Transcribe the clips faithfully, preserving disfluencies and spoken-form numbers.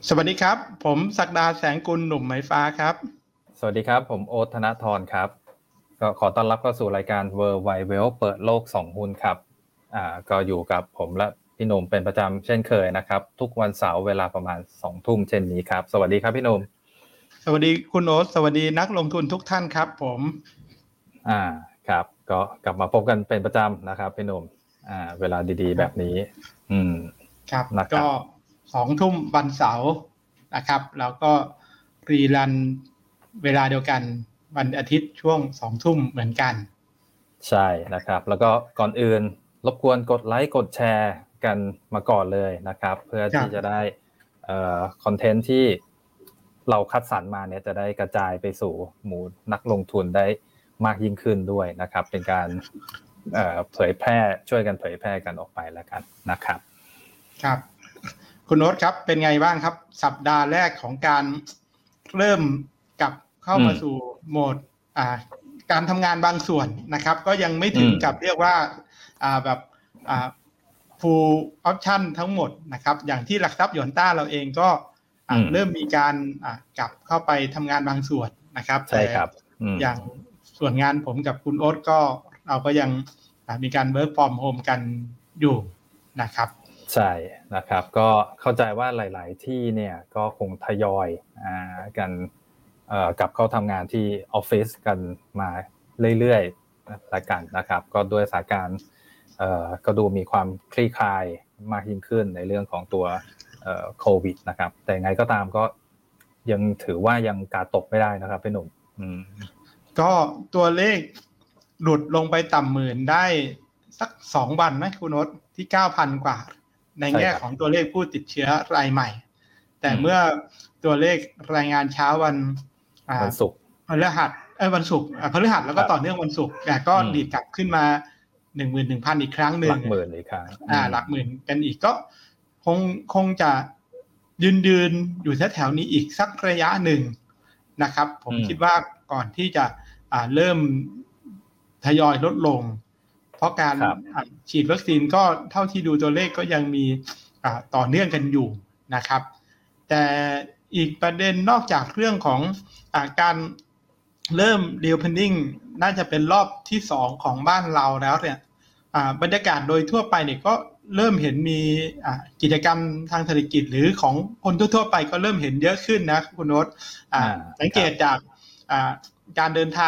สวัสดีครับผมศักดาแสงกุลหนุ่มไหมฟ้าครับสวัสดีครับผมโอ๊ตธนทรครับก็ขอต้อนรับเข้าสู่รายการ World Wide Wealth เปิดโลกสองหุ้นครับอ่าก็อยู่กับผมและพี่หนุ่มเป็นประจำเช่นเคยนะครับทุกวันเสาร์เวลาประมาณสองทุ่มเช่นนี้ครับสวัสดีครับพี่หนุ่มสวัสดีคุณโอ๊ตสวัสดีนักลงทุนทุกท่านครับผมอ่าครับก็กลับมาพบกันเป็นประจำนะครับพี่หนุ่มอ่าเวลาดีๆแบบนี้อืมครับก็นะครับสองทุ่มวันเสาร์นะครับแล้วก็รีรันเวลาเดียวกันวันอาทิตย์ช่วงสองทุ่มเหมือนกันใช่นะครับแล้วก็ก่อนอื่นรบกวนกดไลค์กดแชร์กันมาก่อนเลยนะครับเพื่อที่จะได้เอ่อคอนเทนต์ที่เราคัดสรรมาเนี่ยจะได้กระจายไปสู่หมู่นักลงทุนได้มากยิ่งขึ้นด้วยนะครับเป็นการเอ่อเผยแพร่ช่วยกันเผยแพร่กันออกไปแล้วกันนะครับครับคุณโอ๊ตครับเป็นไงบ้างครับสัปดาห์แรกของการเริ่มกลับเข้ามาสู่โหมดอ่าการทำงานบางส่วนนะครับก็ยังไม่ถึงกับเรียกว่าอ่าแบบอ่า full option ทั้งหมดนะครับอย่างที่หลักทรัพย์หยวนต้าเราเองก็เริ่มมีการกลับเข้าไปทำงานบางส่วนนะครับใช่ครับอย่างส่วนงานผมกับคุณโอ๊ตก็เราก็ยังมีการ work from home กันอยู่นะครับใช่นะครับก็เข้าใจว่าหลายๆที่เนี่ยก็คงทยอยอ่ากันเอ่อกลับเข้าทำงานที่ออฟฟิศกันมาเรื่อยๆละกันนะครับก็ด้วยสถานการณ์เอ่อก็ดูมีความคลี่คลายมากยิ่งขึ้นในเรื่องของตัวเอ่อโควิดนะครับแต่ไงก็ตามก็ยังถือว่ายังกาดตกไม่ได้นะครับพี่หนุ่มอืมก็ตัวเลขหลุดลงไปต่ำหมื่นได้สักสองวันนะคุณโอ๊ตที่ เก้าพัน กว่าในแง่ของตัวเลขผู้ติดเชื้อรายใหม่แต่เมื่อตัวเลขรายงานเช้าวันวันศุกร์พฤหัสเอ้ยวันศุกร์พฤหัสแล้วก็ต่อเนื่องวันศุกร์แต่ก็ดีดกลับขึ้นมา หนึ่งหมื่นหนึ่งพัน อีกครั้งนึงหลักหมื่นอีกครั้งอ่าหลักหมื่นกันอีกก็คงคงจะยืนยืนอยู่แถวๆนี้อีกสักระยะหนึ่งนะครับผมคิดว่าก่อนที่จะอ่าเริ่มทยอยลดลงเพราะการฉีดวัคซีนก็เท่าที่ดูตัวเลขก็ยังมีอ่าต่อเนื่องกันอยู่นะครับแต่อีกประเด็นนอกจากเรื่องของอ่าการเริ่ม reopening น่าจะเป็นรอบที่สองของบ้านเราแล้วเนี่ยบรรยากาศโดยทั่วไปเนี่ยก็เริ่มเห็นมีกิจกรรมทางเศรษฐกิจหรือของคนทั่วๆไปก็เริ่มเห็นเยอะขึ้นนะคุณโน้ตสังเกตจากการเดินทาง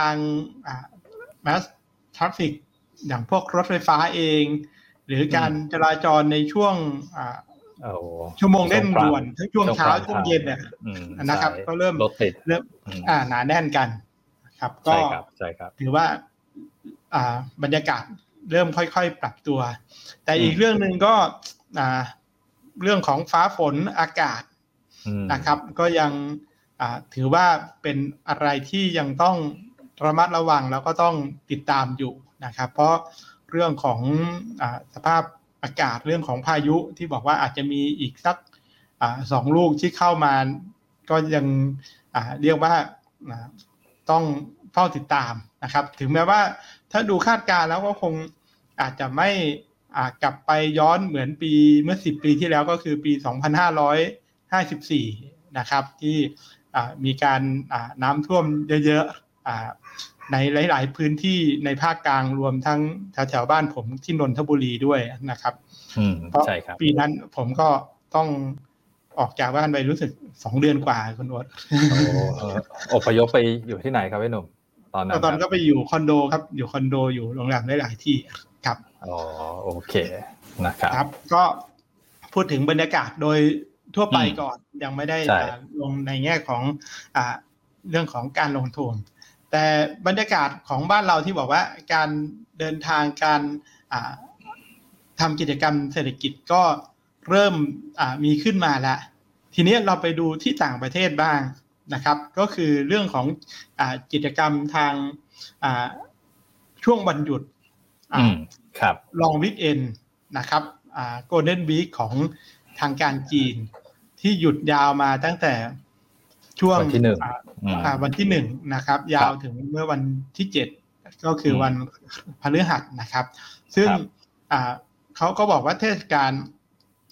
mass traffic อย่างพวกรถไฟฟ้าเองหรือการจราจรในช่วงชั่วโมงเร่งด่วนทั้งช่วงเช้าช่วงเย็นเนี่ยนะครับก็เริ่มเริ่มหนาแน่นกันครับก็ถือว่าบรรยากาศเริ่มค่อยๆปรับตัวแต่อีกเรื่องนึงก็เรื่องของฟ้าฝนอากาศนะครับก็ยังถือว่าเป็นอะไรที่ยังต้องระมัดระวังแล้วก็ต้องติดตามอยู่นะครับเพราะเรื่องของสภาพอากาศเรื่องของพายุที่บอกว่าอาจจะมีอีกสักสองลูกที่เข้ามาก็ยังเรียกว่าต้องเฝ้าติดตามนะครับถึงแม้ว่าถ้าดูคาดการณ์แล้วก็คงอาจจะไม่กลับไปย้อนเหมือนปีเมื่อสิบปีที่แล้วก็คือปีสองพันห้าร้อยห้าสิบสี่นะครับที่มีการน้ำท่วมเยอะๆในหลายๆพื้นที่ในภาคกลางรวมทั้งแถวๆบ้านผมที่นนทบุรีด้วยนะครับเพราะปีนั้นผมก็ต้องออกจากบ้านไปรู้สึกสองเดือนกว่าคุณโอ๊ตอพยพไปอยู่ที่ไหนครับพี่หนุ่มตอนนั้นตอนก็ไปอยู่คอนโดครับอยู่คอนโดอยู่โรงแรมหลายๆที่ครับอ๋อโอเคนะครับครับก็พูดถึงบรรยากาศโดยทั่วไปก่อนยังไม่ได้ลงในแง่ของอ่าเรื่องของการลงทุนแต่บรรยากาศของบ้านเราที่บอกว่าการเดินทางการอ่าทำกิจกรรมเศรษฐกิจก็เริ่มอ่ามีขึ้นมาแล้วทีนี้เราไปดูที่ต่างประเทศบ้างนะครับก็คือเรื่องของอ่ากิจกรรมทางอ่าช่วงวันหยุดอ่าครับ long weekend นะครับอ่า golden week ของทางการจีนที่หยุดยาวมาตั้งแต่ช่วงวันที่หนึ่งอ่าวันที่หนึ่งนะครับยาวถึงเมื่อวันที่เจ็ดก็คือวันพฤหัสนะครับซึ่งอ่าเขาก็บอกว่าเทศกาล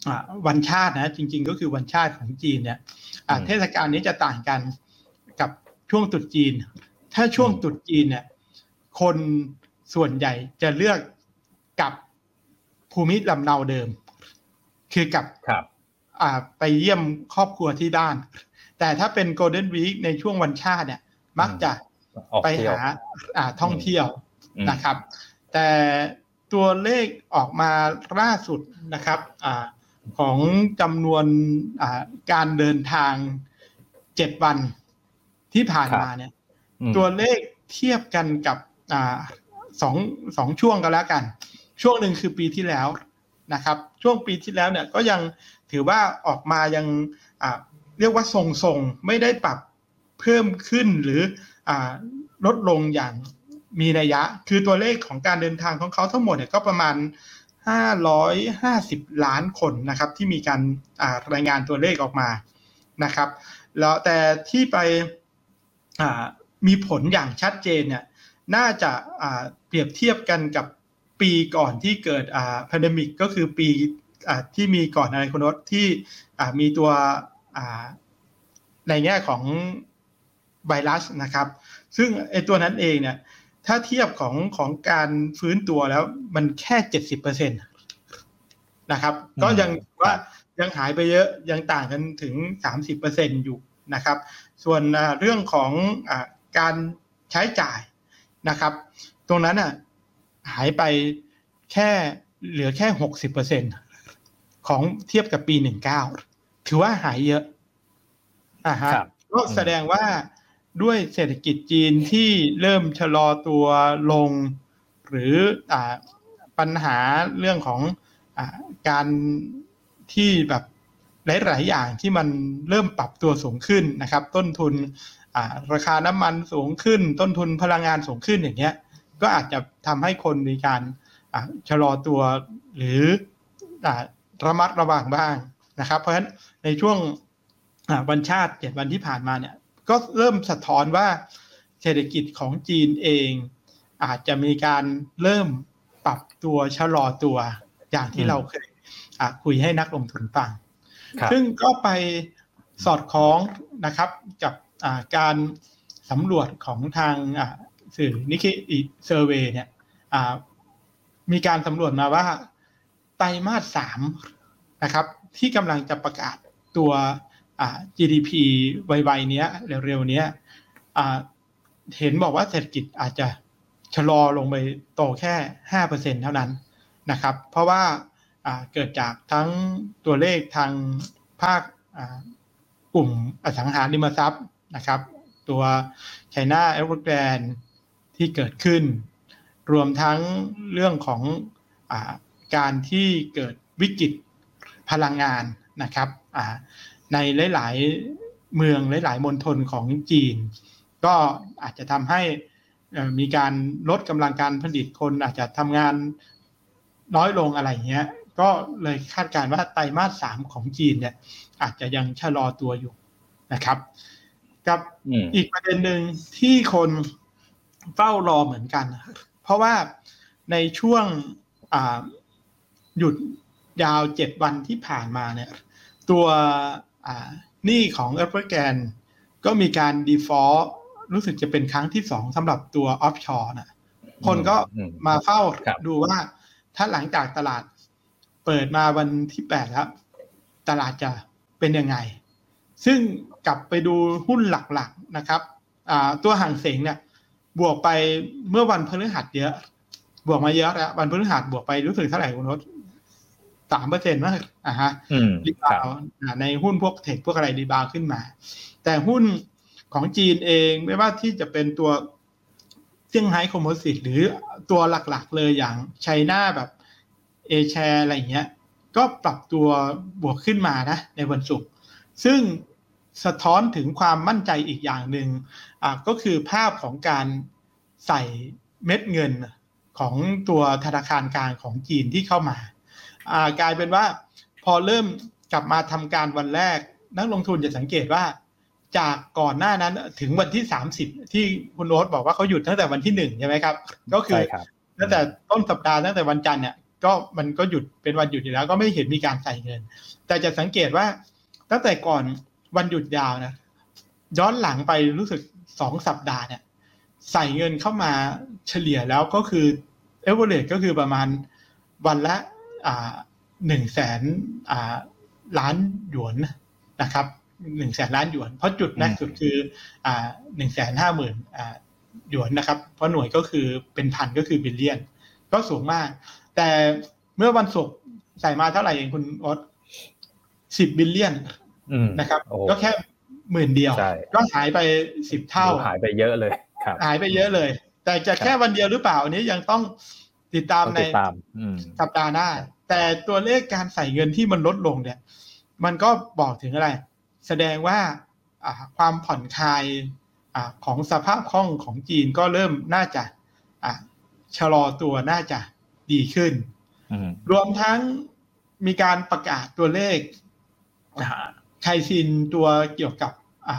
วันชาตินะจริงๆก็คือวันชาติของจีนเนี่ยเทศกาลนี้จะต่างกันกับช่วงตรุษจีนถ้าช่วงตรุษจีนเนี่ยคนส่วนใหญ่จะเลือกกลับภูมิลำเนาเดิมคือกลับไปเยี่ยมครอบครัวที่บ้านแต่ถ้าเป็น Golden Week ในช่วงวันชาติเนี่ยมักจะไปหาท่องเที่ยวนะครับแต่ตัวเลขออกมาล่าสุดนะครับอของจำนวนการเดินทางเจ็ดวันที่ผ่านมาเนี่ยตัวเลขเทียบกันกับสองสองช่วงกันแล้วกันช่วงหนึ่งคือปีที่แล้วนะครับช่วงปีที่แล้วเนี่ยก็ยังถือว่าออกมายังเรียกว่าทรงๆไม่ได้ปรับเพิ่มขึ้นหรือลดลงอย่างมีนัยยะคือตัวเลขของการเดินทางของเขาทั้งหมดเนี่ยก็ประมาณห้าร้อยห้าสิบล้านคนนะครับที่มีการรายงานตัวเลขออกมานะครับแล้วแต่ที่ไปมีผลอย่างชัดเจนเนี่ยน่าจะเปรียบเทียบกันกับปีก่อนที่เกิดแพนเดมิกก็คือปีที่มีก่อนอะไรคุณนพที่มีตัวในแง่ของไวรัสนะครับซึ่งไอ้ตัวนั้นเองเนี่ยถ้าเทียบของของการฟื้นตัวแล้วมันแค่ เจ็ดสิบเปอร์เซ็นต์ นะครับก็ยังว่ายังหายไปเยอะยังต่างกันถึง สามสิบเปอร์เซ็นต์ อยู่นะครับส่วนเรื่องของการใช้จ่ายนะครับตรงนั้นน่ะหายไปแค่เหลือแค่ หกสิบเปอร์เซ็นต์ ของเทียบกับปีสิบเก้าถือว่าหายเยอะอ่าฮะก็แสดงว่าด้วยเศรษฐกิจจีนที่เริ่มชะลอตัวลงหรืออ่าปัญหาเรื่องของอ่าการที่แบบหลายๆอย่างที่มันเริ่มปรับตัวสูงขึ้นนะครับต้นทุนอ่าราคาน้ำมันสูงขึ้นต้นทุนพลังงานสูงขึ้นอย่างเงี้ยก็อาจจะทำให้คนมีการอ่าชะลอตัวหรืออ่าระมัดระวังบ้างนะครับเพราะฉะนั้นในช่วงอ่าวันชาติเจ็ดวันที่ผ่านมาเนี่ยก็เริ่มสะท้อนว่าเศรษฐกิจของจีนเองอาจจะมีการเริ่มปรับตัวชะลอตัวอย่างที่เราเคยคุยให้นักลงทุนฟังซึ่งก็ไปสอดคล้องนะครับกับการสำรวจของทางสื่อนิกเกอิเซอร์เวย์เนี่ยมีการสำรวจมาว่าไตรมาสสามนะครับที่กำลังจะประกาศตัวจี ดี พี ไวๆเนี้ยเร็วๆเนี้ยเห็นบอกว่าเศรษฐกิจอาจจะชะลอลงไปโตแค่ ห้าเปอร์เซ็นต์ เท่านั้นนะครับเพราะว่าเกิดจากทั้งตัวเลขทางภาคกลุ่มอสังหาริมทรัพย์นะครับตัว China Evergrande ที่เกิดขึ้นรวมทั้งเรื่องของการที่เกิดวิกฤตพลังงานนะครับในหลายๆเมืองหลายๆมณฑลของจีนก็อาจจะทำให้มีการลดกำลังการผลิตคนอาจจะทำงานน้อยลงอะไรเงี้ยก็เลยคาดการณ์ว่าไตรมาสสามของจีนเนี่ยอาจจะยังชะลอตัวอยู่นะครับกับอีกประเด็นหนึ่งที่คนเฝ้ารอเหมือนกันเพราะว่าในช่วงหยุดยาวเจ็ดวันที่ผ่านมาเนี่ยตัวหนี้ของ Evergrande ก็มีการ default รู้สึกจะเป็นครั้งที่สองสำหรับตัว offshore นะคนก็มาเฝ้าดูว่าถ้าหลังจากตลาดเปิดมาวันที่แปดแล้วตลาดจะเป็นยังไงซึ่งกลับไปดูหุ้นหลักๆนะครับตัวหางเส็งเนี่ยบวกไปเมื่อวันพฤหัสเยอะบวกมาเยอะแล้ววันพฤหัสบวกไปรู้สึกเท่าไหร่คุณรถสามเปอร์เซ็นต์มากอ่ะฮะรีบาวในหุ้นพวกเทคพวกอะไรรีบาวขึ้นมาแต่หุ้นของจีนเองไม่ว่าที่จะเป็นตัวเซี่ยงไฮ้คอมโพสิตหรือตัวหลักๆเลยอย่างไชน่าแบบเอแชร์อะไรอย่างเงี้ยก็ปรับตัวบวกขึ้นมานะในวันศุกร์ซึ่งสะท้อนถึงความมั่นใจอีกอย่างหนึ่งอ่ะก็คือภาพของการใส่เม็ดเงินของตัวธนาคารกลางของจีนที่เข้ามากลายเป็นว่าพอเริ่มกลับมาทำการวันแรกนักลงทุนจะสังเกตว่าจากก่อนหน้านั้นถึงวันที่สามสิบที่คุณโอ๊ตบอกว่าเขาหยุดตั้งแต่วันที่หนึ่งใช่ไหมครับก็คือตั้งแต่ต้นสัปดาห์ตั้งแต่วันจันทร์เนี่ยก็มันก็หยุดเป็นวันหยุดอยู่แล้วก็ไม่เห็นมีการใส่เงินแต่จะสังเกตว่าตั้งแต่ก่อนวันหยุดยาวนะย้อนหลังไปรู้สึกสองสัปดาห์เนี่ยใส่เงินเข้ามาเฉลี่ยแล้วก็คือเอเวอเรจก็คือประมาณวันละอ่าหนึ่งแสนอ่าล้านหยวนนะครับหนึ่งแสนล้านหยวนเพราะจุดแรกสุดคืออ่าหนึ่งแสนห้าหมื่นอ่าหยวนนะครับเพราะหน่วยก็คือเป็นพันก็คือบิลเลียนก็สูงมากแต่เมื่อวันศุกร์ใส่มาเท่าไหร่เองคุณอ๊อตสิบบิลเลียนนะครับก็แค่หมื่นเดียวก็หายไปสิบเท่าหายไปเยอะเลยครับหายไปเยอะเลยแต่จะแค่วันเดียวหรือเปล่าอันนี้ยังต้องติดตามในสัปดาห์หน้าแต่ตัวเลขการใส่เงินที่มันลดลงเนี่ยมันก็บอกถึงอะไรแสดงว่าความผ่อนคลายของสภาพคล่องของจีนก็เริ่มน่าจะชะลอตัวน่าจะดีขึ้นรวมทั้งมีการประกาศตัวเลขไคซินตัวเกี่ยวกับ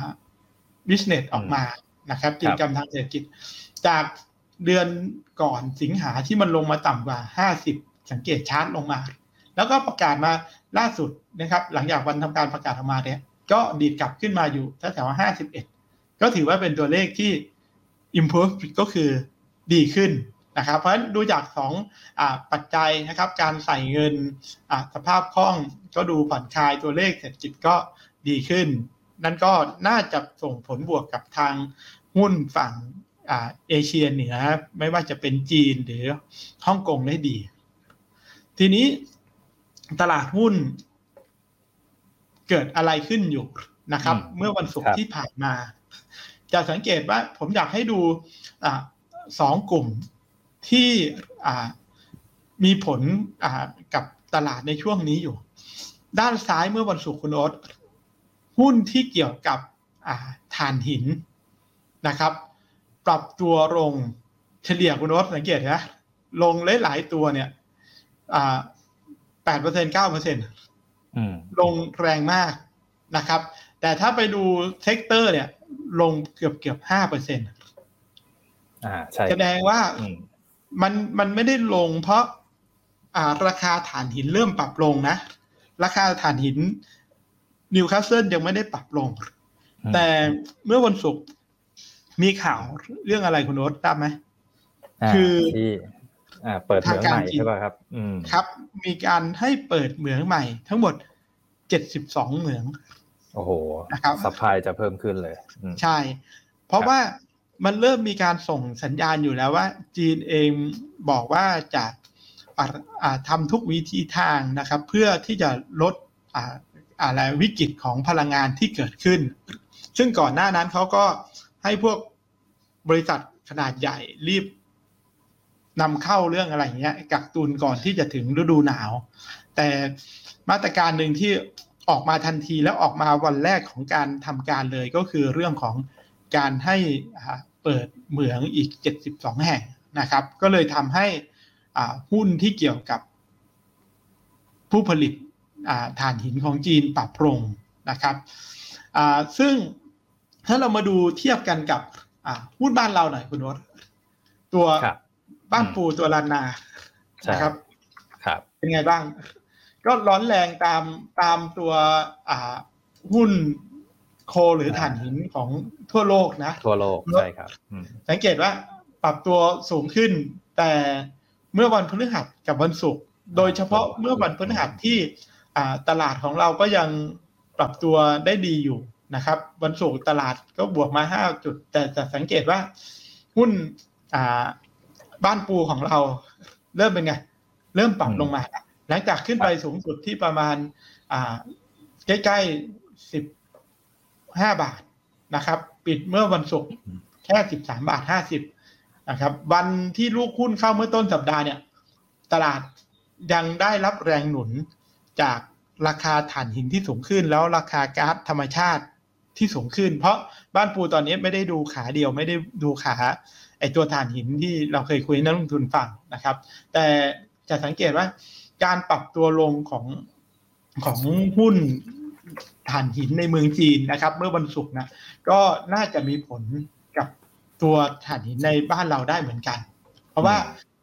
business ออกมานะครับกิจกรรมทางเศรษฐกิจจากเดือนก่อนสิงหาที่มันลงมาต่ำกว่าห้าสิบสังเกตชาร์ตลงมาแล้วก็ประกาศมาล่าสุดนะครับหลังจากวันทำการประกาศออกมาเนี่ยก็ดีดกลับขึ้นมาอยู่แถวๆห้าสิบเอ็ดก็ถือว่าเป็นตัวเลขที่ improve ก็คือดีขึ้นนะครับเพราะฉะนั้นดูจากสองอ่าปัจจัยนะครับการใส่เงินอ่าสภาพคล่องก็ดูผ่อนคลายตัวเลขเศรษฐกิจก็ดีขึ้นนั่นก็น่าจะส่งผลบวกกับทางหุ้นฝั่งอ่าเอเชียเหนือไม่ว่าจะเป็นจีนหรือฮ่องกงได้ดีทีนี้ตลาดหุ้นเกิดอะไรขึ้นอยู่นะครับเมื่อวันศุกร์ที่ผ่านมาจะสังเกตว่าผมอยากให้ดูอ่าสองกลุ่มที่อ่ามีผลอ่ากับตลาดในช่วงนี้อยู่ด้านซ้ายเมื่อวันศุกร์คุณโอ๊ตหุ้นที่เกี่ยวกับอ่าถ่านหินนะครับปรับตัวลงเฉลี่ยคุณโอ๊ตสังเกตนะลงหลายๆตัวเนี่ยอ่า แปดเปอร์เซ็นต์ เก้าเปอร์เซ็นต์ อืมลงแรงมากนะครับแต่ถ้าไปดูเซกเตอร์เนี่ยลงเกือบๆ ห้าเปอร์เซ็นต์ อ่าใช่แสดงว่ามันมันไม่ได้ลงเพราะอ่าราคาถ่านหินเริ่มปรับลงนะราคาถ่านหินนิวคาสเซิลยังไม่ได้ปรับลงแต่เมื่อวันศุกร์มีข่าวเรื่องอะไรคุณโอ๊ตทราบไหมคือที่อ่าเปิดเหมืองใหม่ใช่ป่ะครับอืมครับมีการให้เปิดเหมืองใหม่ทั้งหมดเจ็ดสิบสองเหมืองโอ้โหนะครับซัพพลายจะเพิ่มขึ้นเลยใช่เพราะว่ามันเริ่มมีการส่งสัญญาณอยู่แล้วว่าจีนเองบอกว่าจะทำทุกวิธีทางนะครับเพื่อที่จะลดอะไรวิกฤตของพลังงานที่เกิดขึ้นซึ่งก่อนหน้านั้นเขาก็ให้พวกบริษัทขนาดใหญ่รีบนำเข้าเรื่องอะไรเงี้ยกักตุนก่อนที่จะถึงฤดูหนาวแต่มาตรการหนึ่งที่ออกมาทันทีแล้วออกมาวันแรกของการทำการเลยก็คือเรื่องของการให้เปิดเหมืองอีกเจ็ดสิบสองแห่งนะครับก็เลยทำให้หุ้นที่เกี่ยวกับผู้ผลิตถ่านหินของจีนปรับลงนะครับซึ่งถ้าเรามาดูเทียบกันกับหุ้นบ้านเราหน่อยคุณโอ๊ตตัวบ้านปูตัวลานนานะครับเป็นไงบ้างก็ร้อนแรงตามตามตัวหุ้นโคหรือถ่านหินของทั่วโลกนะทั่วโลกใช่ครับสังเกตว่าปรับตัวสูงขึ้นแต่เมื่อวันพฤหัสกับวันศุกร์โดยเฉพาะเมื่อวันพฤหัสที่ตลาดของเราก็ยังปรับตัวได้ดีอยู่นะครับวันศุกร์ตลาดก็บวกมาห้าจุดแต่จะสังเกตว่าหุ้นบ้านปูของเราเริ่มเป็นไงเริ่มปรับลงมาหลังจากขึ้นไปสูงสุดที่ประมาณใกล้ๆสิบห้าบาทนะครับปิดเมื่อวันศุกร์แค่สิบสามบาทห้าสิบนะครับวันที่ลูกหุ้นเข้าเมื่อต้นสัปดาห์เนี่ยตลาดยังได้รับแรงหนุนจากราคาถ่านหินที่สูงขึ้นแล้วราคาก๊าซธรรมชาติที่สูงขึ้นเพราะบ้านปูตอนนี้ไม่ได้ดูขาเดียวไม่ได้ดูขาไอตัวถ่านหินที่เราเคยคุยนักลงทุนฟังนะครับแต่จะสังเกตว่าการปรับตัวลงของของหุ้นถ่านหินในเมืองจีนนะครับเมื่อวันศุกร์นะก็น่าจะมีผลกับตัวถ่านหินในบ้านเราได้เหมือนกันเพราะว่า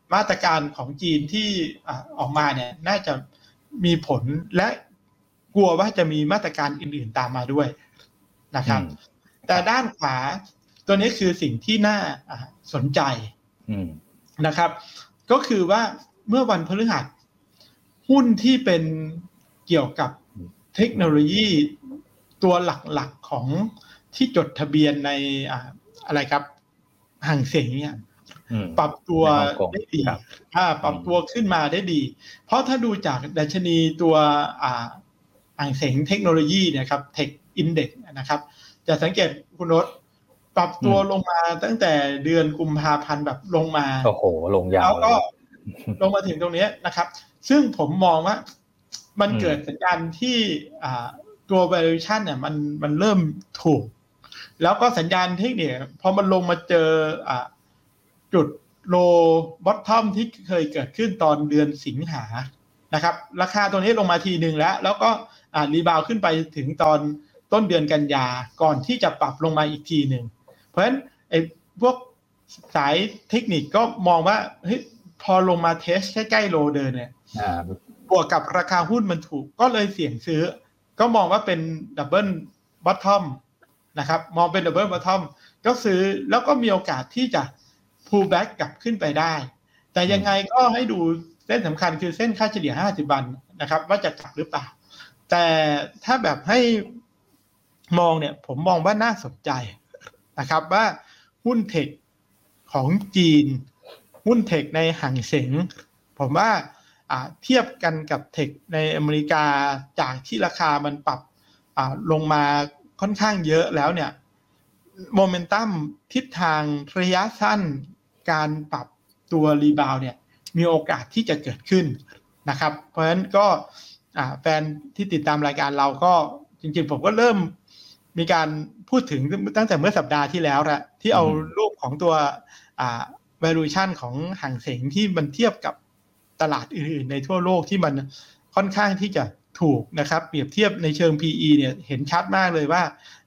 มาตรการของจีนที่ออกมาเนี่ยน่าจะมีผลและกลัวว่าจะมีมาตรการอื่นๆตามมาด้วยนะครับแต่ด้านขวาตัวนี้คือสิ่งที่น่าสนใจนะครับก็คือว่าเมื่อวันพฤหัสหุ้นที่เป็นเกี่ยวกับเทคโนโลยีตัวหลักๆของที่จดทะเบียนในอะไรครับห่างเส็งเนี่ยปรับตัวได้ดีปรับตัวขึ้นมาได้ดีเพราะถ้าดูจากดัชนีตัวห่างเส็งเทคโนโลยีเนี่ยครับ Tech Index นะครับจะสังเกตคุณรสปรับตัวลงมาตั้งแต่เดือนกุมภาพันธ์แบบลงมาโอ้โหลงยาวแล้วก็ลงมาถึงตรงนี้นะครับซึ่งผมมองว่ามันเกิดสัญญาณที่ตัว valuation เนี่ยมันมันเริ่มถูกแล้วก็สัญญาณเทคนิคพอมันลงมาเจอจุด low bottom ที่เคยเกิดขึ้นตอนเดือนสิงหานะครับราคาตัวนี้ลงมาทีนึงแล้วแล้วก็รีบาวขึ้นไปถึงตอนต้นเดือนกันยาก่อนที่จะปรับลงมาอีกทีนึงเพราะฉะนั้นไอ้พวกสายเทคนิคก็มองว่าเฮ้ยพอลงมาเทสใกล้ๆโลเดินเนี่ยบวกกับราคาหุ้นมันถูกก็เลยเสี่ยงซื้อก็มองว่าเป็นดับเบิลบอททอมนะครับมองเป็นดับเบิลบอททอมก็ซื้อแล้วก็มีโอกาสที่จะ pull back กลับขึ้นไปได้แต่ยังไงก็ให้ดูเส้นสำคัญคือเส้นค่าเฉลี่ยห้าสิบวันนะครับว่าจะกลับหรือเปล่าแต่ถ้าแบบให้มองเนี่ยผมมองว่าน่าสนใจนะครับว่าหุ้นเทคของจีนหุ้นเทคในห่างเส็งผมว่าเทียบกันกับเทคในอเมริกาจากที่ราคามันปรับลงมาค่อนข้างเยอะแล้วเนี่ยโมเมนตัมทิศทางระยะสั้นการปรับตัวรีบาวเนี่ยมีโอกาสที่จะเกิดขึ้นนะครับเพราะฉะนั้นก็แฟนที่ติดตามรายการเราก็จริงๆผมก็เริ่มมีการพูดถึงตั้งแต่เมื่อสัปดาห์ที่แล้วละที่เอารูปของตัวvaluation ของห่างเส็งที่มันเทียบกับตลาดอื่นๆในทั่วโลกที่มันค่อนข้างที่จะถูกนะครับเปรียบเทียบในเชิง พี อี เนี่ยเห็นชัดมากเลยว่า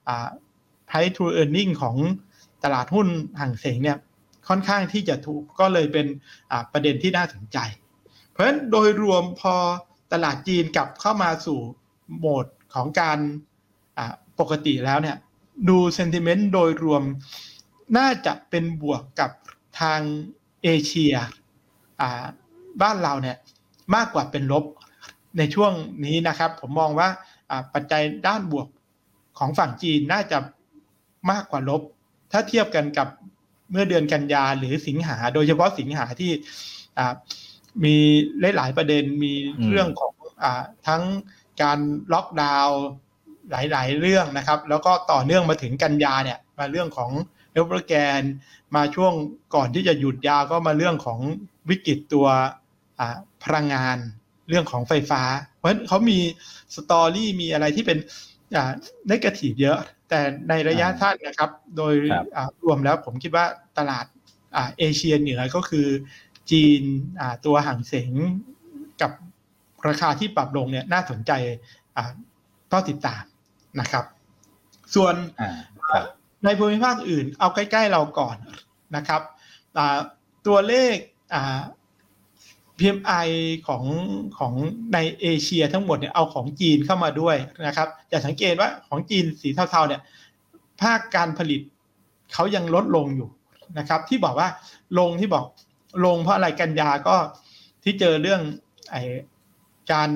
price to earning ของตลาดหุ้นห่างเส็งเนี่ยค่อนข้างที่จะถูกก็เลยเป็นประเด็นที่น่าสนใจเพราะฉะนั้นโดยรวมพอตลาดจีนกลับเข้ามาสู่โหมดของการปกติแล้วเนี่ยดูเซนติเมนต์โดยรวมน่าจะเป็นบวกกับทางเอเชียบ้านเราเนี่ยมากกว่าเป็นลบในช่วงนี้นะครับผมมองว่าปัจจัยด้านบวกของฝั่งจีนน่าจะมากกว่าลบถ้าเทียบกันกับเมื่อเดือนกันยาหรือสิงหาโดยเฉพาะสิงหาที่มีหลายๆประเด็นมีเรื่องของทั้งการล็อกดาวน์หลายๆเรื่องนะครับแล้วก็ต่อเนื่องมาถึงกันยาเนี่ยมาเรื่องของเอเวอร์แกนมาช่วงก่อนที่จะหยุดยาวก็มาเรื่องของวิกฤตตัวพลังงานเรื่องของไฟฟ้าเพราะฉะนั้นเขามีสตอรี่มีอะไรที่เป็นเนกาทีฟเยอะแต่ในระยะสั้นนะครับโดยรวมแล้วผมคิดว่าตลาดเอเชียเหนือก็คือจีนตัวห่างเส็งกับราคาที่ปรับลงเนี่ยน่าสนใจต้องติดตามนะครับส่วนในภูมิภาคอื่นเอาใกล้ๆเราก่อนนะครับตัวเลข พี เอ็ม ไอ ของของในเอเชียทั้งหมดเนี่ยเอาของจีนเข้ามาด้วยนะครับจะสังเกตว่าของจีนสีเทาๆเนี่ยภาคการผลิตเขายังลดลงอยู่นะครับที่บอกว่าลงที่บอกลงเพราะอะไรกันยาก็ที่เจอเรื่องไอ้การ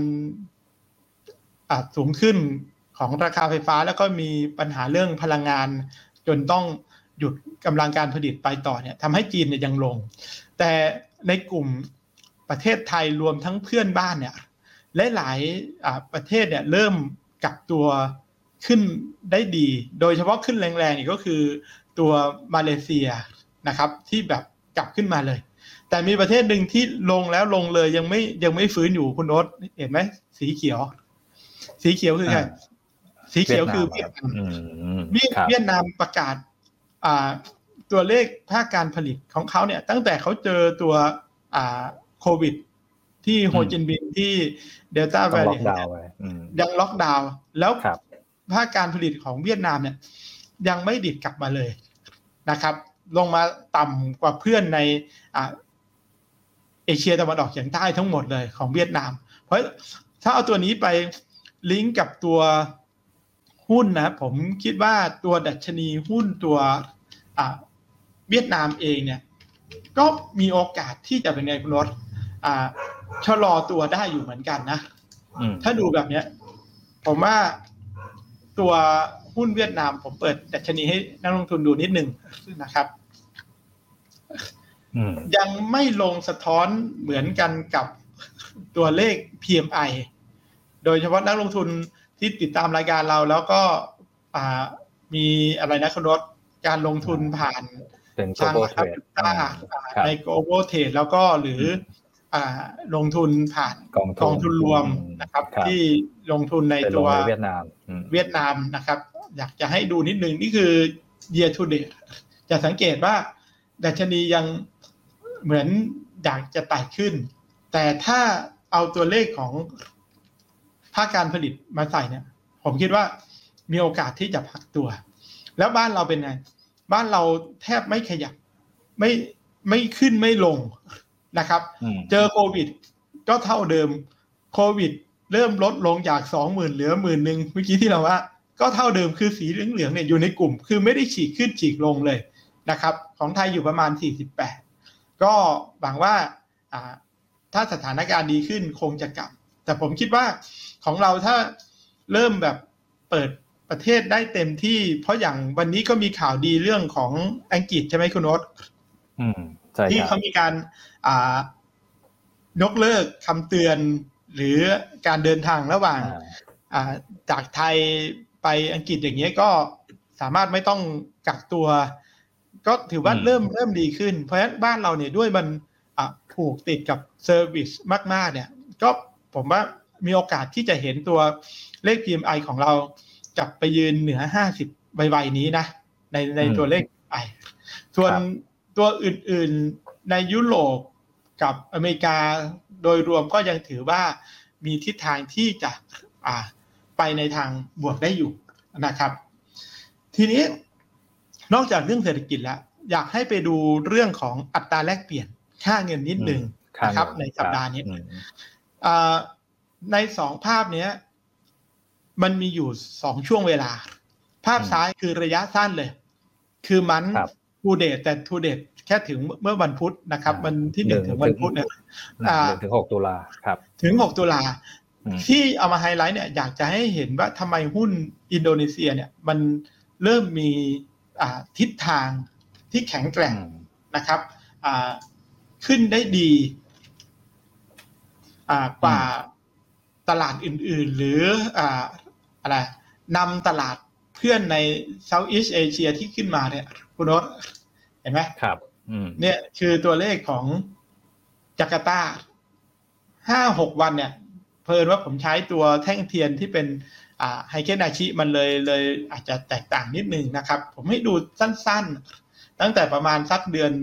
สูงขึ้นของราคาไฟฟ้าแล้วก็มีปัญหาเรื่องพลังงานจนต้องหยุดกำลังการผลิตไปต่อเนี่ยทำให้จีนเนี่ยยังลงแต่ในกลุ่มประเทศไทยรวมทั้งเพื่อนบ้านเนี่ยหลายๆประเทศเนี่ยเริ่มกลับตัวขึ้นได้ดีโดยเฉพาะขึ้นแรงๆนี่ก็คือตัวมาเลเซียนะครับที่แบบกลับขึ้นมาเลยแต่มีประเทศหนึ่งที่ลงแล้วลงเลยยังไม่ยังไม่ฟื้นอยู่คุณโอ๊ตเห็นไหมสีเขียวสีเขียวคือไงสีเขียวคือเวียดนามเวียดนามประกาศตัวเลขภาคการผลิตของเขาเนี่ยตั้งแต่เขาเจอตัวโควิดที่โฮจิมินห์ที่เดลต้าแวริแอนต์ยังล็อกดาวน์แล้วภาคการผลิตของเวียดนามเนี่ยยังไม่ดิดกลับมาเลยนะครับลงมาต่ำกว่าเพื่อนในเอเชียตะวันออกเฉียงใต้ทั้งหมดเลยของเวียดนามเพราะถ้าเอาตัวนี้ไปลิงก์กับตัวหุ้นนะผมคิดว่าตัวดัชนีหุ้นตัวเวียดนามเองเนี่ยก็มีโอกาสที่จะเป็นไงคุณรถชะลอตัวได้อยู่เหมือนกันนะถ้าดูแบบนี้ผมว่าตัวหุ้นเวียดนามผมเปิดดัชนีให้นักลงทุนดูนิดนึงนะครับยังไม่ลงสะท้อนเหมือนกันกับตัวเลข พี เอ็ม ไอ โดยเฉพาะนักลงทุนที่ติดตามรายการเราแล้วก็มีอะไรนะคุณรถการลงทุนผ่านทางแอปพลิเคชันใน Global Trade แล้วก็หรือลงทุนผ่านกองทุนรวมนะครับที่ลงทุนในตัวเวียดนามเวียดนามนะครับอยากจะให้ดูนิดนึงนี่คือ year to date จะสังเกตว่าดัชนียังเหมือนอยากจะไต่ขึ้นแต่ถ้าเอาตัวเลขของภาคการผลิตมาใส่เนี่ยผมคิดว่ามีโอกาสที่จะพักตัวแล้วบ้านเราเป็นไงบ้านเราแทบไม่ขยับไม่ไม่ขึ้นไม่ลงนะครับเจอโควิดก็เท่าเดิมโควิดเริ่มลดลงจาก สองหมื่น เหลือ หมื่น นึงเมื่อกี้ที่เราว่าก็เท่าเดิมคือสีเหลืองๆเนี่ยอยู่ในกลุ่มคือไม่ได้ฉีกขึ้นฉีกลงเลยนะครับของไทยอยู่ประมาณสี่สิบแปดก็หวังว่าถ้าสถานการณ์ดีขึ้นคงจะกลับแต่ผมคิดว่าของเราถ้าเริ่มแบบเปิดประเทศได้เต็มที่เพราะอย่างวันนี้ก็มีข่าวดีเรื่องของอังกฤษใช่ไหมคุณโอ๊ตอืมใช่ครับที่เขามีการอ่ายกเลิกคำเตือนหรือการเดินทางระหว่างอ่าจากไทยไปอังกฤษอย่างเงี้ยก็สามารถไม่ต้องกักตัวก็ถือว่าเริ่มเริ่มดีขึ้นเพราะฉะนั้นบ้านเราเนี่ยด้วยมันอ่ะผูกติดกับเซอร์วิสมากๆเนี่ยก็ผมว่ามีโอกาสที่จะเห็นตัวเลข พี เอ็ม ไอ ของเรากลับไปยืนเหนือห้าสิบไวๆนี้นะในในตัวเลข ไอ ส่วนตัวอื่นๆในยุโรปกับอเมริกาโดยรวมก็ยังถือว่ามีทิศทางที่จะอ่าไปในทางบวกได้อยู่นะครับทีนี้นอกจากเรื่องเศรษฐกิจแล้วอยากให้ไปดูเรื่องของอัตราแลกเปลี่ยนค่าเงินนิดนึงนะครับในสัปดาห์นี้ในสองภาพนี้มันมีอยู่สองช่วงเวลาภาพซ้ายคือระยะสั้นเลยคือมันทูเดทแต่ทูเดทแค่ถึงเมื่อวันพุธนะครับวันที่หนึ่งถึงวันพุธเนี่ยถึงหกตุลาครับถึงหกตุลาที่เอามาไฮไลท์เนี่ยอยากจะให้เห็นว่าทำไมหุ้นอินโดนีเซียเนี่ยมันเริ่มมีทิศทางที่แข็งแกร่งนะครับขึ้นได้ดีกว่าตลาดอื่นๆหรืออะไรนำตลาดเพื่อนใน Southeast Asia ที่ขึ้นมาเนี่ยคุณโน้ตเห็นไหมครับเนี่ยคือตัวเลขของจาการ์ตา ห้าหก วันเนี่ยเพิ่นว่าผมใช้ตัวแท่งเทียนที่เป็นไฮเกนาชิมันเลยเลยอาจจะแตกต่างนิดนึงนะครับผมให้ดูสั้นๆตั้งแต่ประมาณสักเดือน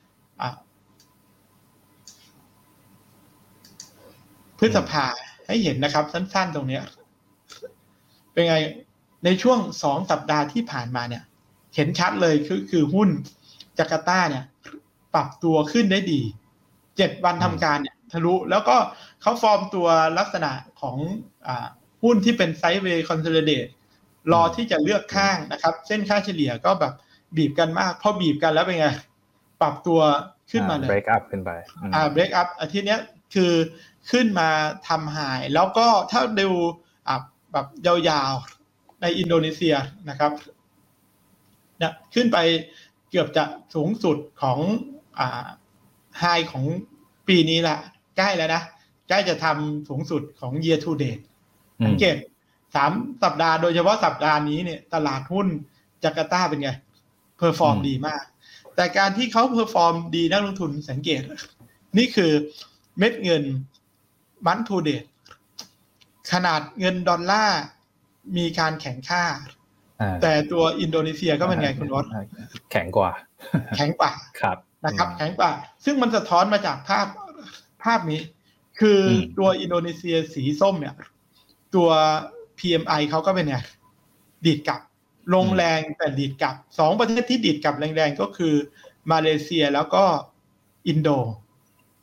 พฤษภาให้เห็นนะครับสั้นๆตรงนี้เป็นไงในช่วงสองสัปดาห์ที่ผ่านมาเนี่ยเห็นชัดเลยคือคือหุ้นจาการ์ตาเนี่ยปรับตัวขึ้นได้ดีเจ็ดวันทำการเนี่ยทะลุแล้วก็เขาฟอร์มตัวลักษณะของอ่าหุ้นที่เป็นไซด์เวย์คอนโซลิเดตรอที่จะเลือกข้างนะครับเส้นค่าเฉลี่ยก็แบบบีบกันมากพอบีบกันแล้วเป็นไงปรับตัวขึ้นมาเลย break up ขึ้นไปอ่า break up อาทิตย์นี้คือขึ้นมาทำไฮแล้วก็ถ้าดูอ่าแบบยาวๆในอินโดนีเซียนะครับเนี่ยขึ้นไปเกือบจะสูงสุดของอ่าไฮของปีนี้ละใกล้แล้วนะใกล้จะทำสูงสุดของ year to date สังเกตสามสัปดาห์โดยเฉพาะสัปดาห์นี้เนี่ยตลาดหุ้นจาการ์ตาเป็นไงเพอร์ฟอร์มดีมากแต่การที่เขาเพอร์ฟอร์มดีนักลงทุนสังเกตนี่คือเม็ดเงินมันทูเดทขนาดเงินดอลลาร์มีการแข็งค่าแต่ตัวอินโดนีเซียก็เป็นไงคุณรถแข็งกว่าแข็งกว่าครับนะครับแข็งกว่าซึ่งมันสะท้อนมาจากภาพภาพนี้คือตัวอินโดนีเซียสีส้มเนี่ยตัว พี เอ็ม ไอ เขาก็เป็นไงดีดกลับลงแรงแต่ดีดกลับสองประเทศที่ดีดกลับแรงๆก็คือมาเลเซียแล้วก็อินโด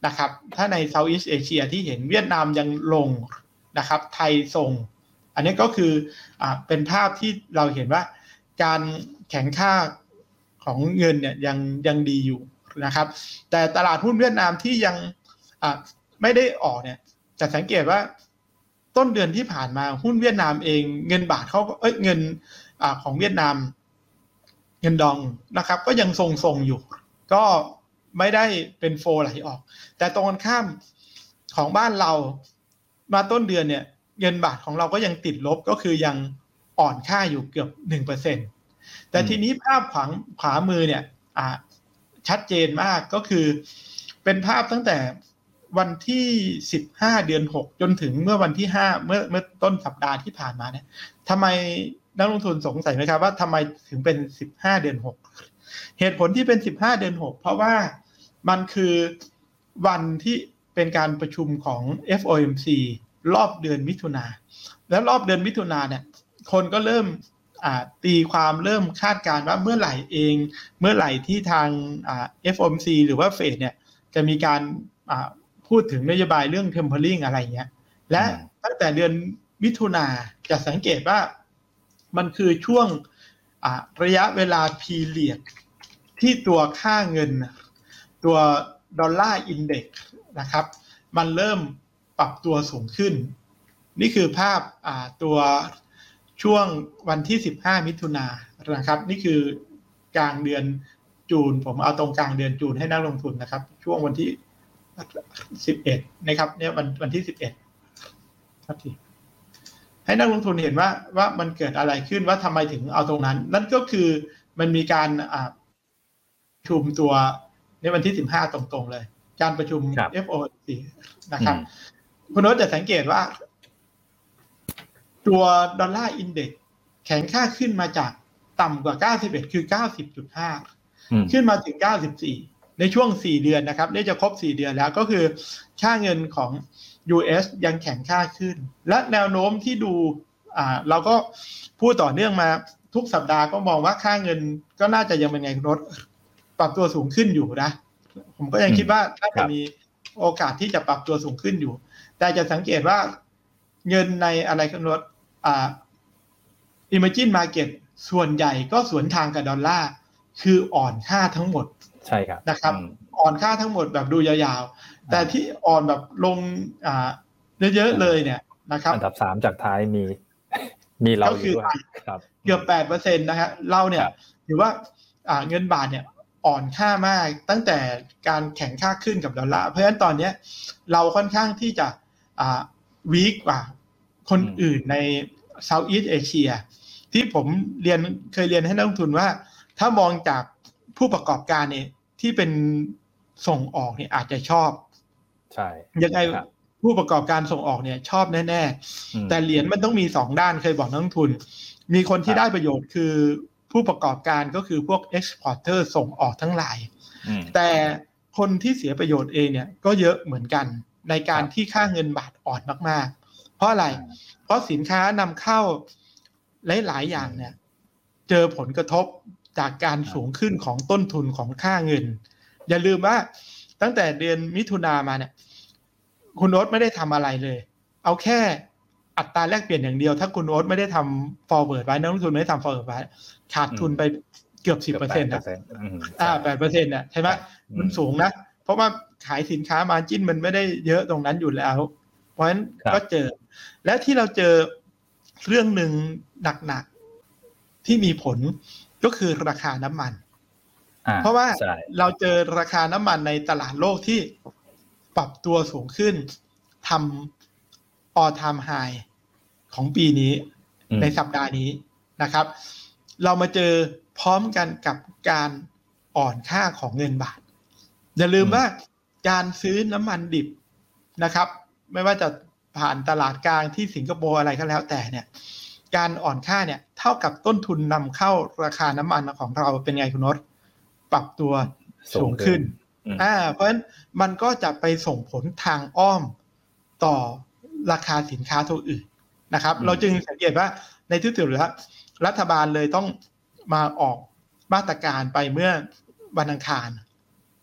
นะครับถ้าใน Southeast Asia ที่เห็นเวียดนามยังลงนะครับไทยส่งอันนี้ก็คืออ่าเป็นภาพที่เราเห็นว่าการแข่งค่าของเงินเนี่ยยังยังดีอยู่นะครับแต่ตลาดหุ้นเวียดนามที่ยังอ่าไม่ได้ออกเนี่ยจะสังเกตว่าต้นเดือนที่ผ่านมาหุ้นเวียดนามเองเงินบาทเขาเอ้ยเงินอ่าของเวียดนามเงินดองนะครับก็ยังทรงๆอยู่ก็ไม่ได้เป็นโฟไหลออกแต่ตรงกันข้ามของบ้านเรามาต้นเดือนเนี่ยเงินบาทของเราก็ยังติดลบก็คือยังอ่อนค่าอยู่เกือบ หนึ่งเปอร์เซ็นต์ แต่ทีนี้ภาพขวาขวามือเนี่ยอ่าชัดเจนมากก็คือเป็นภาพตั้งแต่วันที่สิบห้าเดือนหกจนถึงเมื่อวันที่ห้าเมื่อเมื่อต้นสัปดาห์ที่ผ่านมาเนี่ยทำไมนักลงทุนสงสัยไหมครับว่าทำไมถึงเป็นสิบห้าเดือนหกเหตุผลที่เป็นสิบห้าเดือนหกเพราะว่ามันคือวันที่เป็นการประชุมของ เอฟ โอ เอ็ม ซี รอบเดือนมิถุนาแล้วรอบเดือนมิถุนาเนี่ยคนก็เริ่มอ่าตีความเริ่มคาดการณ์ว่าเมื่อไหร่เองเมื่อไหร่ที่ทางอ่า เอฟ โอ เอ็ม ซี หรือว่าเฟดเนี่ยจะมีการอ่าพูดถึงนโยบายเรื่อง tempering อะไรเงี้ยและตั้งแต่เดือนมิถุนาจะสังเกตว่ามันคือช่วงอ่าระยะเวลา period ที่ตัวค่าเงินตัวดอลลาร์อินเด็กซ์นะครับมันเริ่มปรับตัวสูงขึ้นนี่คือภาพอ่าตัวช่วงวันที่สิบห้ามิถุนายนนะครับนี่คือกลางเดือนจูนผมเอาตรงกลางเดือนจูนให้นักลงทุนนะครับช่วงวันที่สิบเอ็ดนะครับเนี่ยวันวันที่สิบเอ็ดครับทีให้นักลงทุนเห็นว่าว่ามันเกิดอะไรขึ้นว่าทำไมถึงเอาตรงนั้นนั่นก็คือมันมีการอ่าประชุมตัวในวันที่สิบห้าตรงๆเลยการประชุม เอฟ โอ เอ็ม ซี นะครับคุณโน้ตจะสังเกตว่าตัวดอลลาร์อินเด็กซ์แข็งค่าขึ้นมาจากต่ำกว่าเก้าสิบเอ็ดคือ เก้าสิบจุดห้า ขึ้นมาถึงเก้าสิบสี่ในช่วงสี่เดือนนะครับนี่จะครบสี่เดือนแล้วก็คือค่าเงินของ ยู เอส ยังแข็งค่าขึ้นและแนวโน้มที่ดูอ่าเราก็พูดต่อเนื่องมาทุกสัปดาห์ก็มองว่าค่าเงินก็น่าจะยังเป็นไงคุณโน้ตปรับตัวสูงขึ้นอยู่นะผมก็ยังคิดว่าน่าจะมีโอกาสที่จะปรับตัวสูงขึ้นอยู่แต่จะสังเกตว่าเงินในอะไรกันรถอ่า emerging market ส่วนใหญ่ก็สวนทางกับดอลลาร์คืออ่อนค่าทั้งหมดใช่ครับนะครับอ่อนค่าทั้งหมดแบบดูยาวๆแต่ที่อ่อนแบบลงอ่าเยอะๆเลยเนี่ยนะครับอันดับสามจากท้ายมีมีเราอยู่ด้วยครับเกือบ แปดเปอร์เซ็นต์ นะฮะเราเนี่ยถือว่าอ่าเงินบาทเนี่ยอ่อนค่ามากตั้งแต่การแข่งค่าขึ้นกับดอลลาร์เพราะฉะนั้นตอนนี้เราค่อนข้างที่จะอ่าวีคกว่าคนอื่นใน Southeast Asia ที่ผมเรียนเคยเรียนให้นักลงทุนว่าถ้ามองจากผู้ประกอบการเนี่ยที่เป็นส่งออกเนี่ยอาจจะชอบใช่ยังไงผู้ประกอบการส่งออกเนี่ยชอบแน่ๆแต่เหรียญมันต้องมีสองด้านเคยบอกนักลงทุนมีคนที่ได้ประโยชน์คือผู้ประกอบการก็คือพวก exporter ส่งออกทั้งหลายแต่คนที่เสียประโยชน์เองเนี่ยก็เยอะเหมือนกันในการที่ค่าเงินบาทอ่อนมากๆเพราะอะไรเพราะสินค้านำเข้าหลายๆอย่างเนี่ยเจอผลกระทบจากการสูงขึ้นของต้นทุนของค่าเงินอย่าลืมว่าตั้งแต่เดือนมิถุนามาเนี่ยคุณโอ๊ตไม่ได้ทำอะไรเลยเอาแค่อัตราแลกเปลี่ยนอย่างเดียวถ้าคุณโอ๊ตไม่ได้ทำ forward ไว้นักลงทุนไม่ได้ทำ forward ไว้ขาดทุนไปเกือบ สิบเปอร์เซ็นต์ นะอ่า แปดเปอร์เซ็นต์ น่ะใช่ไหมมันสูงนะเพราะว่าขายสินค้า margin มันไม่ได้เยอะตรงนั้นอยู่แล้วเพราะฉะนั้นก็เจอและที่เราเจอเรื่องนึงหนักๆที่มีผลก็คือราคาน้ำมันเพราะว่าเราเจอราคาน้ำมันในตลาดโลกที่ปรับตัวสูงขึ้นทำ all time high ของปีนี้ในสัปดาห์นี้นะครับเรามาเจอพร้อมกันกับการอ่อนค่าของเงินบาทอย่าลืมว่าการซื้อน้ำมันดิบนะครับไม่ว่าจะผ่านตลาดกลางที่สิงคโปร์อะไรก็แล้วแต่เนี่ยการอ่อนค่าเนี่ยเท่ากับต้นทุนนำเข้าราคาน้ำมันของเราเป็นไงคุณโน้ตปรับตัวสูงขึ้นอ่าเพราะฉะนั้นมันก็จะไปส่งผลทางอ้อมต่อราคาสินค้าตัวอื่นนะครับเราจึงสังเกตว่าในที่สุดแล้วรัฐบาลเลยต้องมาออกมาตรการไปเมื่อวันอังคาร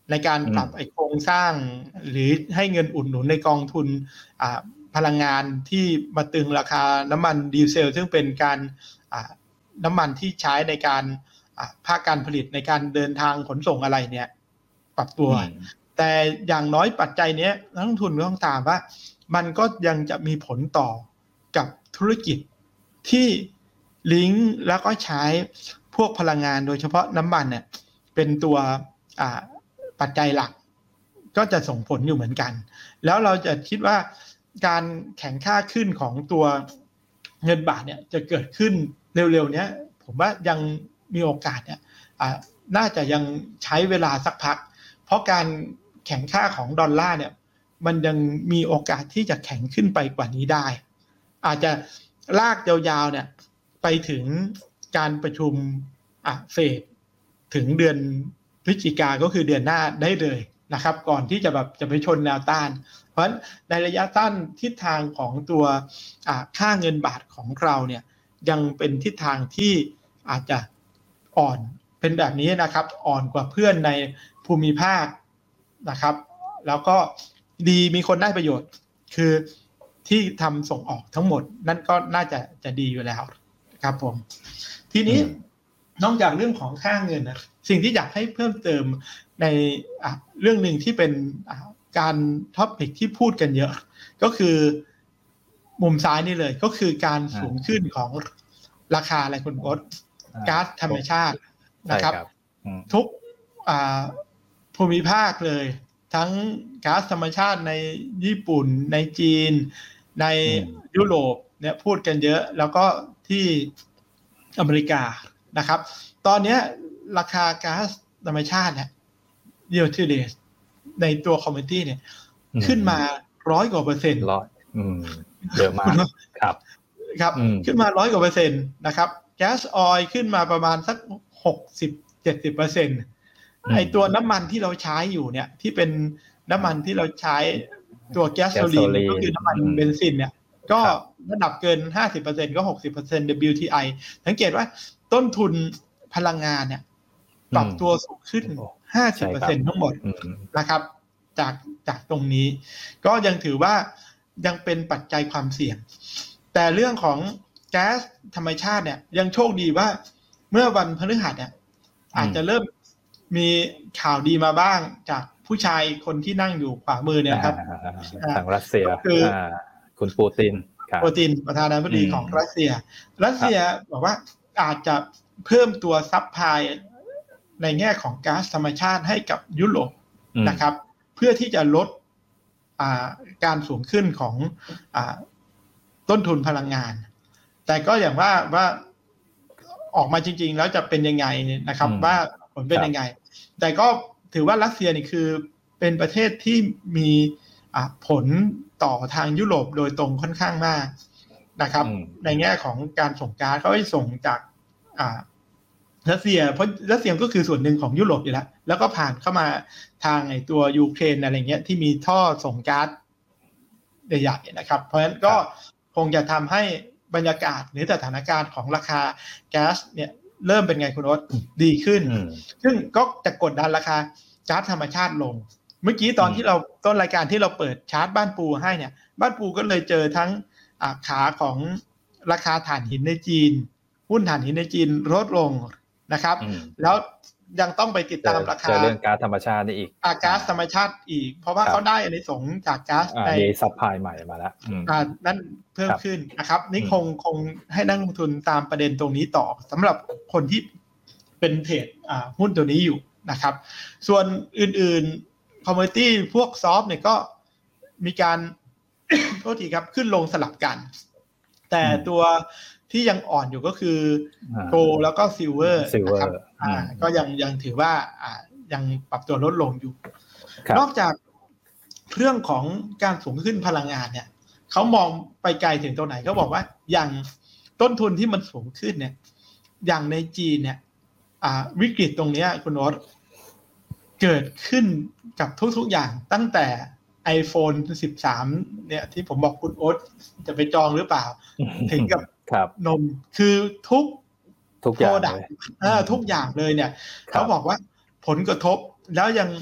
ในการปรับไอ้โครงสร้างหรือให้เงินอุดหนุนในกองทุนอ่าพลังงานที่มาตึงราคาน้ำมันดีเซลซึ่งเป็นการอ่าน้ำมันที่ใช้ในการภาคการผลิตในการเดินทางขนส่งอะไรเนี่ยปรับตัวแต่อย่างน้อยปัจจัยนี้นักลงทุนต้องตามว่ามันก็ยังจะมีผลต่อกับธุรกิจที่ลิงก์แล้วก็ใช้พวกพลังงานโดยเฉพาะน้ำมันเนี่ยเป็นตัวปัจจัยหลักก็จะส่งผลอยู่เหมือนกันแล้วเราจะคิดว่าการแข่งค่าขึ้นของตัวเงินบาทเนี่ยจะเกิดขึ้นเร็วๆนี้ผมว่ายังมีโอกาสเนี่ยน่าจะยังใช้เวลาสักพักเพราะการแข่งค่าของดอลลาร์เนี่ยมันยังมีโอกาสที่จะแข็งขึ้นไปกว่านี้ได้อาจจะลากยาวๆเนี่ยไปถึงการประชุมอ่ะเฟดถึงเดือนพฤศจิกาก็คือเดือนหน้าได้เลยนะครับก่อนที่จะแบบจะไปชนแนวต้านเพราะฉะนั้นในระยะสั้นทิศทางของตัวอ่ะค่าเงินบาทของเราเนี่ยยังเป็นทิศทางที่อาจจะอ่อนเป็นแบบนี้นะครับอ่อนกว่าเพื่อนในภูมิภาคนะครับแล้วก็ดีมีคนได้ประโยชน์คือที่ทำส่งออกทั้งหมดนั่นก็น่าจะจะดีอยู่แล้วครับผมทีนี้นอกจากเรื่องของค่าเงินนะสิ่งที่อยากให้เพิ่มเติมในเรื่องหนึ่งที่เป็นการท็อปิกที่พูดกันเยอะก็คือมุมซ้ายนี่เลยก็คือการสูงขึ้นของราคาอะไรคุณโอ๊ตก๊าซธรรมชาตินะครับทุกภูมิภาคเลยทั้งก๊าซธรรมชาติในญี่ปุ่นในจีนในยุโรปเนี่ยพูดกันเยอะแล้วก็ที่อเมริกานะครับตอนนี้ราคาก๊าซธรรมชาติเนี่ยเยียร์ทูเดย์ในตัวคอมมิตี้เนี่ยขึ้นมาร้อยกว่าเปอร์เซ็นต์ร้อยเยอะมากครับครับขึ้นมาร้อยกว่าเปอร์เซ็นต์นะครับแก๊สออยล์ขึ้นมาประมาณสักหกสิบเจ็ดสิบเปอร์เซ็นต์ไอตัวน้ำมันที่เราใช้อยู่เนี่ยที่เป็นน้ำมันที่เราใช้ตัวแก๊สโซลีนก็คือน้ำมันเบนซินเนี่ยก็ระดับเกิน ห้าสิบเปอร์เซ็นต์ ก็ หกสิบเปอร์เซ็นต์ ดับเบิลยู ที ไอ สังเกตว่าต้นทุนพลังงานเนี่ยปรับตัวสูงขึ้น ห้าสิบเปอร์เซ็นต์ ทั้งหมดนะครับจากจากตรงนี้ก็ยังถือว่ายังเป็นปัจจัยความเสี่ยงแต่เรื่องของแก๊สธรรมชาติเนี่ยยังโชคดีว่าเมื่อวันพฤหัสเนี่ยอาจจะเริ่มมีข่าวดีมาบ้างจากผู้ชายคนที่นั่งอยู่ขวามือเนี่ยครับทางรัสเซียคือคุณปูตินปูตินประธานาธิบดีของรัสเซียรัสเซียบอกว่าอาจจะเพิ่มตัวซัพพลายในแง่ของก๊าซธรรมชาติให้กับยุโรปนะครับเพื่อที่จะลดการสูงขึ้นของต้นทุนพลังงานแต่ก็อย่างว่าว่าออกมาจริงๆแล้วจะเป็นยังไงนะครับว่าผลเป็นยังไงแต่ก็ถือว่ารัสเซียนี่คือเป็นประเทศที่มีผลต่อทางยุโรปโดยตรงค่อนข้างมากนะครับในแง่ของการส่งก๊าซเขาให้ส่งจากรัสเซียเพราะรัสเซียก็คือส่วนหนึ่งของยุโรปอยู่แล้วแล้วก็ผ่านเข้ามาทางไอ้ตัวยูเครนอะไรเงี้ยที่มีท่อส่งก๊าซใหญ่ๆนะครับเพราะฉะนั้นก็คงจะทำให้บรรยากาศหรือสถานการณ์ของราคาแก๊สเนี่ยเริ่มเป็นไงคุณโอ๊ตดีขึ้นซึ่งก็จะกดดันราคาก๊าซธรรมชาติลงเมื่อกี้ตอนที่เราต้นรายการที่เราเปิดชาร์ตบ้านปูให้เนี่ยบ้านปูก็เลยเจอทั้งขาของราคาถ่านหินในจีนหุ้นถ่านหินในจีนลดลงนะครับแล้วยังต้องไปติดตามราคาเรื่องก๊าซธรรมชาตินี่อีกก๊าซธรรมชาติอีกเพราะว่าเขาได้อานิสงส์จากก๊าซในซัพพลายใหม่มาแล้วนั่นเพิ่มขึ้นนะครับนี่คงคงให้นักลงทุนตามประเด็นตรงนี้ต่อสำหรับคนที่เป็นเทรดหุ้นตัวนี้อยู่นะครับส่วนอื่นๆคอมมูนิตี้พวกซอฟต์เนี่ยก็มีการ โทษทีครับขึ้นลงสลับกันแต่ตัวที่ยังอ่อนอยู่ก็คือโกลด์แล้วก็ซิลเวอร์นะครับก็ยังยังถือว่ายังปรับตัวลดลงอยู่นอกจากเรื่องของการสูงขึ้นพลังงานเนี่ยเขามองไปไกลถึงตรงไหนเขาบอกว่าอย่างต้นทุนที่มันสูงขึ้นเนี่ยอย่างในจีนเนี่ยวิกฤตตรงนี้คุณโอ๊ตเกิดขึ้นกับทุกๆอย่างตั้งแต่ iPhone สิบสามเนี่ยที่ผมบอกคุณโอ๊ตจะไปจองหรือเปล่าถึงกับนมคือทุกทุกอย่างทุกอย่างเลยเนี่ยเขาบอกว่าผลกระทบแล้วยัง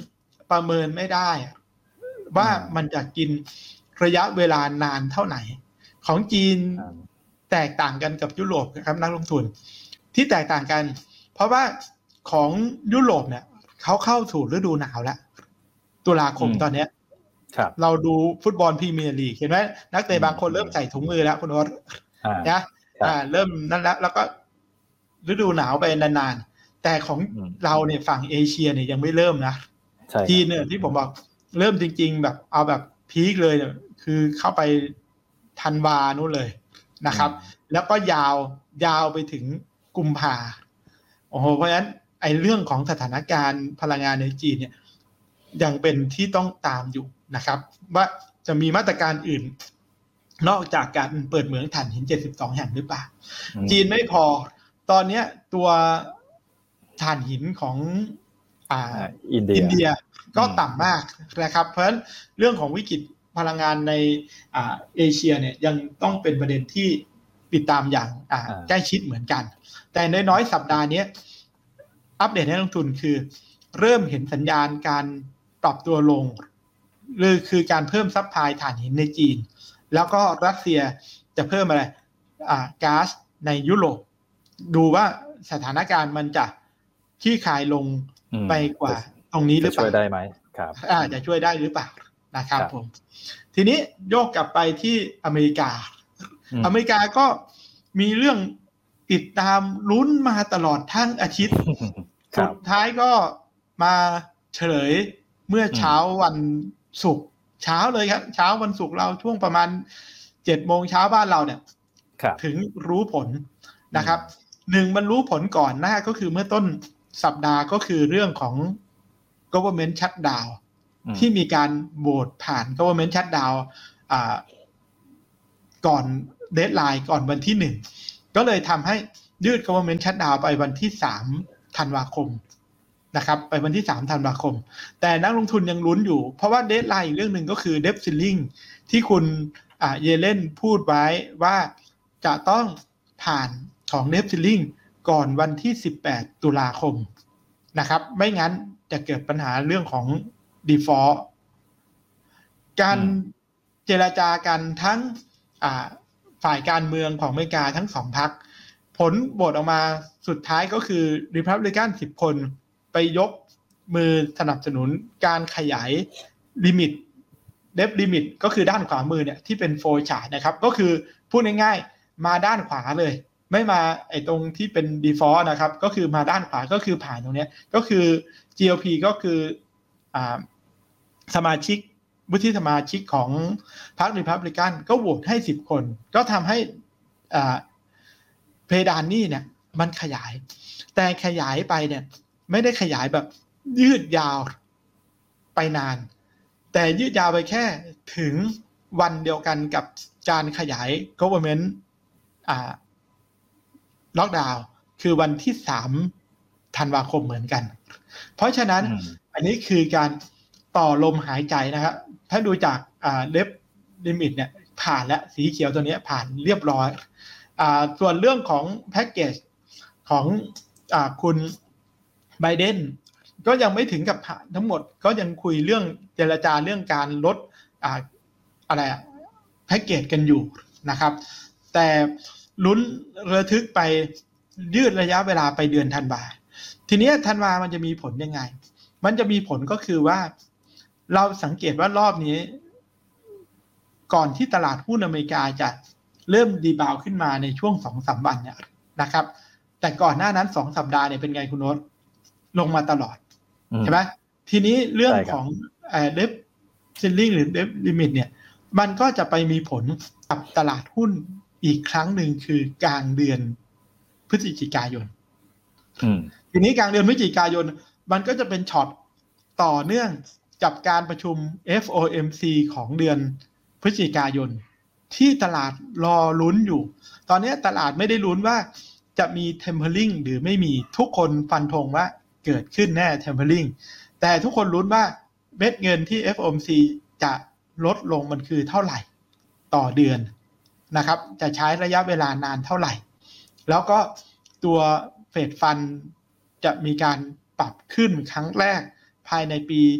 ประเมินไม่ได้ว่ามันจะกินระยะเวลานานเท่าไหร่ของจีนแตกต่างกันกับยุโรปครับนักลงทุนที่แตกต่างกันเพราะว่าของยุโรปเนี่ยเขาเข้าสู่ฤดูหนาวแล้วตุลาคมตอนนี้เราดูฟุตบอลพรีเมียร์ลีกเห็นไหมนักเตะบางคนเริ่มใส่ถุงมือแล้วคุณโอ๊ตนะอ่าเริ่มนั่นแล้วแล้วก็ฤดูหนาวไปนานๆแต่ของเราเนี่ยฝั่งเอเชียเนี่ยยังไม่เริ่มนะจีนเนี่ยที่ผมบอกเริ่มจริงๆแบบเอาแบบพีคเลยเนี่ยคือเข้าไปธันวานู่นเลยนะครับแล้วก็ยาวยาวไปถึงกุมภาโอ้โหเพราะฉะนั้นไอ้เรื่องของสถานการณ์พลังงานในจีนเนี่ยยังเป็นที่ต้องตามอยู่นะครับว่าจะมีมาตรการอื่นนอกจากการเปิดเหมืองถ่านหินเจ็ดสิบสองแห่งหรือเปล่าจีนไม่พอตอนนี้ตัวถ่านหินของอ่าอินเดียอินเดียก็ต่ำมากนะครับเพราะฉะนั้นเรื่องของวิกฤตพลังงานในอ่าเอเชียเนี่ยยังต้องเป็นประเด็นที่ติดตามอย่างอ่าใกล้ชิดเหมือนกันแต่น้อยๆสัปดาห์นี้อัปเดตให้นักลงทุนคือเริ่มเห็นสัญญาณการปรับตัวลงหรือคือการเพิ่มซัพพลายถ่านหินในจีนแล้วก็รัสเซียจะเพิ่มอะไรอ่าก๊าซในยุโรปดูว่าสถานการณ์มันจะคลี่คลายลงไปกว่าตรงนี้หรือเปล่าจะช่วยได้ไหมครับอ่าจะช่วยได้หรือเปล่านะครับผมทีนี้โยกกลับไปที่อเมริกาอเมริกาก็มีเรื่องติดตามลุ้นมาตลอดทั้งอาทิตย์สุดท้ายก็มาเฉลยเมื่อเช้าวันศุกร์เช้าเลยครับเช้าวันศุกร์เราช่วงประมาณเจ็ดโมงเช้าบ้านเราเนี่ยถึงรู้ผลนะครับหนึ่งมันรู้ผลก่อนหน้าก็คือเมื่อต้นสัปดาห์ก็คือเรื่องของ government shutdown ที่มีการโหวตผ่าน government shutdown อ่าก่อนเดดไลน์ก่อนวันที่หนึ่งก็เลยทำให้ยืด government shutdown ไปวันที่สามธันวาคมนะครับไปวันที่สามธันวาคมแต่นักลงทุนยังลุ้นอยู่เพราะว่าเดดไลน์อีกเรื่องหนึ่งก็คือ debt ceiling ที่คุณอ่าเยเลนพูดไว้ว่าจะต้องผ่านของ debt ceiling ก่อนวันที่สิบแปดตุลาคมนะครับไม่งั้นจะเกิดปัญหาเรื่องของ default การเจรจากันทั้งอ่าฝ่ายการเมืองของอเมริกาทั้งสองพรรคผลโหวตออกมาสุดท้ายก็คือ Republican สิบคนไปยกมือสนับสนุนการขยายลิมิต debt limit ก็คือด้านขวามือเนี่ยที่เป็นโฟลว์ชาร์ตนะครับก็คือพูดง่ายๆมาด้านขวาเลยไม่มาไอ้ตรงที่เป็น default นะครับก็คือมาด้านขวาก็คือผ่านตรงนี้ก็คือ จี แอล พี ก็คืออ่าสมาชิกวุฒิสมาชิกของพรรค Republican ก็โหวตให้สิบคนก็ทำให้อ่าเพดานหนี้เนี่ยมันขยายแต่ขยายไปเนี่ยไม่ได้ขยายแบบยืดยาวไปนานแต่ยืดยาวไปแค่ถึงวันเดียวกันกับการขยาย government อ่าล็อกดาวน์คือวันที่สามธันวาคมเหมือนกันเพราะฉะนั้นอันนี้คือการต่อลมหายใจนะครับถ้าดูจากอ่า debt limit เนี่ยผ่านแล้วสีเขียวตัวนี้ผ่านเรียบร้อยอ่าส่วนเรื่องของแพ็กเกจของอ่าคุณไบเดนก็ยังไม่ถึงกับผ่านทั้งหมดก็ยังคุยเรื่องเจรจาเรื่องการลดอ่าอะไรอะแพ็กเกจกันอยู่นะครับแต่ลุ้นระทึกไปยืดระยะเวลาไปเดือนธันวาทีนี้ธันวามันจะมีผลยังไงมันจะมีผลก็คือว่าเราสังเกตว่ารอบนี้ก่อนที่ตลาดหุ้นอเมริกาจะเริ่มดีบาวขึ้นมาในช่วง สองถึงสาม วันเนี่ยนะครับแต่ก่อนหน้านั้นสองสัปดาห์เนี่ยเป็นไงคุณโน้ตลงมาตลอดใช่ไหมทีนี้เรื่องของเอ่อ debt ceiling หรือ debt limit เนี่ยมันก็จะไปมีผลกับตลาดหุ้นอีกครั้งหนึ่งคือกลางเดือนพฤศจิกายนทีนี้กลางเดือนพฤศจิกายนมันก็จะเป็นช็อตต่อเนื่องกับการประชุม เอฟ โอ เอ็ม ซี ของเดือนพฤศจิกายนที่ตลาดรอลุ้นอยู่ตอนนี้ตลาดไม่ได้ลุ้นว่าจะมี tempering หรือไม่มีทุกคนฟันธงว่าเกิดขึ้นแน่ tempering แต่ทุกคนลุ้นว่าเม็ดเงินที่ เอฟ โอ เอ็ม ซี จะลดลงมันคือเท่าไหร่ต่อเดือนนะครับจะใช้ระยะเวลานานเท่าไหร่แล้วก็ตัวเฟดฟันจะมีการปรับขึ้นครั้งแรกภายในปี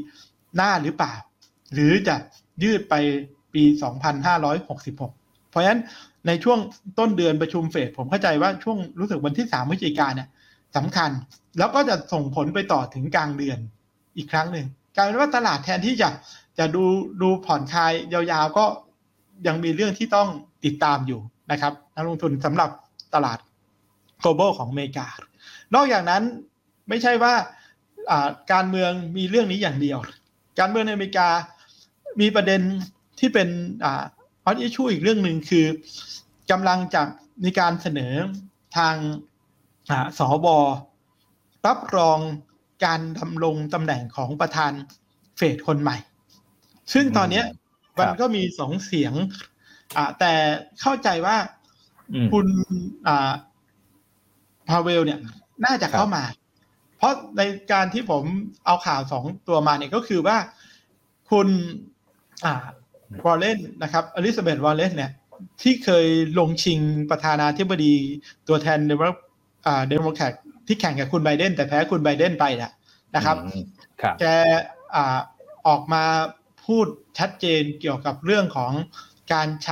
หน้าหรือเปล่าหรือจะยืดไปปีสองพันห้าร้อยหกสิบหกเพราะฉะนั้นในช่วงต้นเดือนประชุมเฟดผมเข้าใจว่าช่วงรู้สึกวันที่สามพฤศจิกายนเนี่ยสำคัญแล้วก็จะส่งผลไปต่อถึงกลางเดือนอีกครั้งหนึ่งกลายเป็นว่าตลาดแทนที่จะจะดูดูผ่อนคลายยาวๆก็ยังมีเรื่องที่ต้องติดตามอยู่นะครับนักลงทุนสำหรับตลาด global ของอเมริกานอกจากนั้นไม่ใช่ว่าการเมืองมีเรื่องนี้อย่างเดียวการเมืองในอเมริกามีประเด็นที่เป็นอ่าฮอตอิชชูอีกเรื่องหนึ่งคือกำลังจะมีการเสนอทางอ่าสบรับรองการดำรงตำแหน่งของประธานเฟดคนใหม่ซึ่งตอนนี้มันก็มีสองเสียงอ่าแต่เข้าใจว่าคุณอ่าพาเวลเนี่ยน่าจะเข้ามาเพราะในการที่ผมเอาข่าวสองตัวมาเนี่ยก็คือว่าคุณอ่าวอลเลนนะครับอลิซาเบธวอลเลนเนี่ยที่เคยลงชิงประธานาธิบดีตัวแทนเดโมอ่าเดโมแครตที่แข่งกับคุณไบเดนแต่แพ้คุณไบเดนไปนะนะครับแกอ่าออกมาพูดชัดเจนเกี่ยวกับเรื่องของการใช้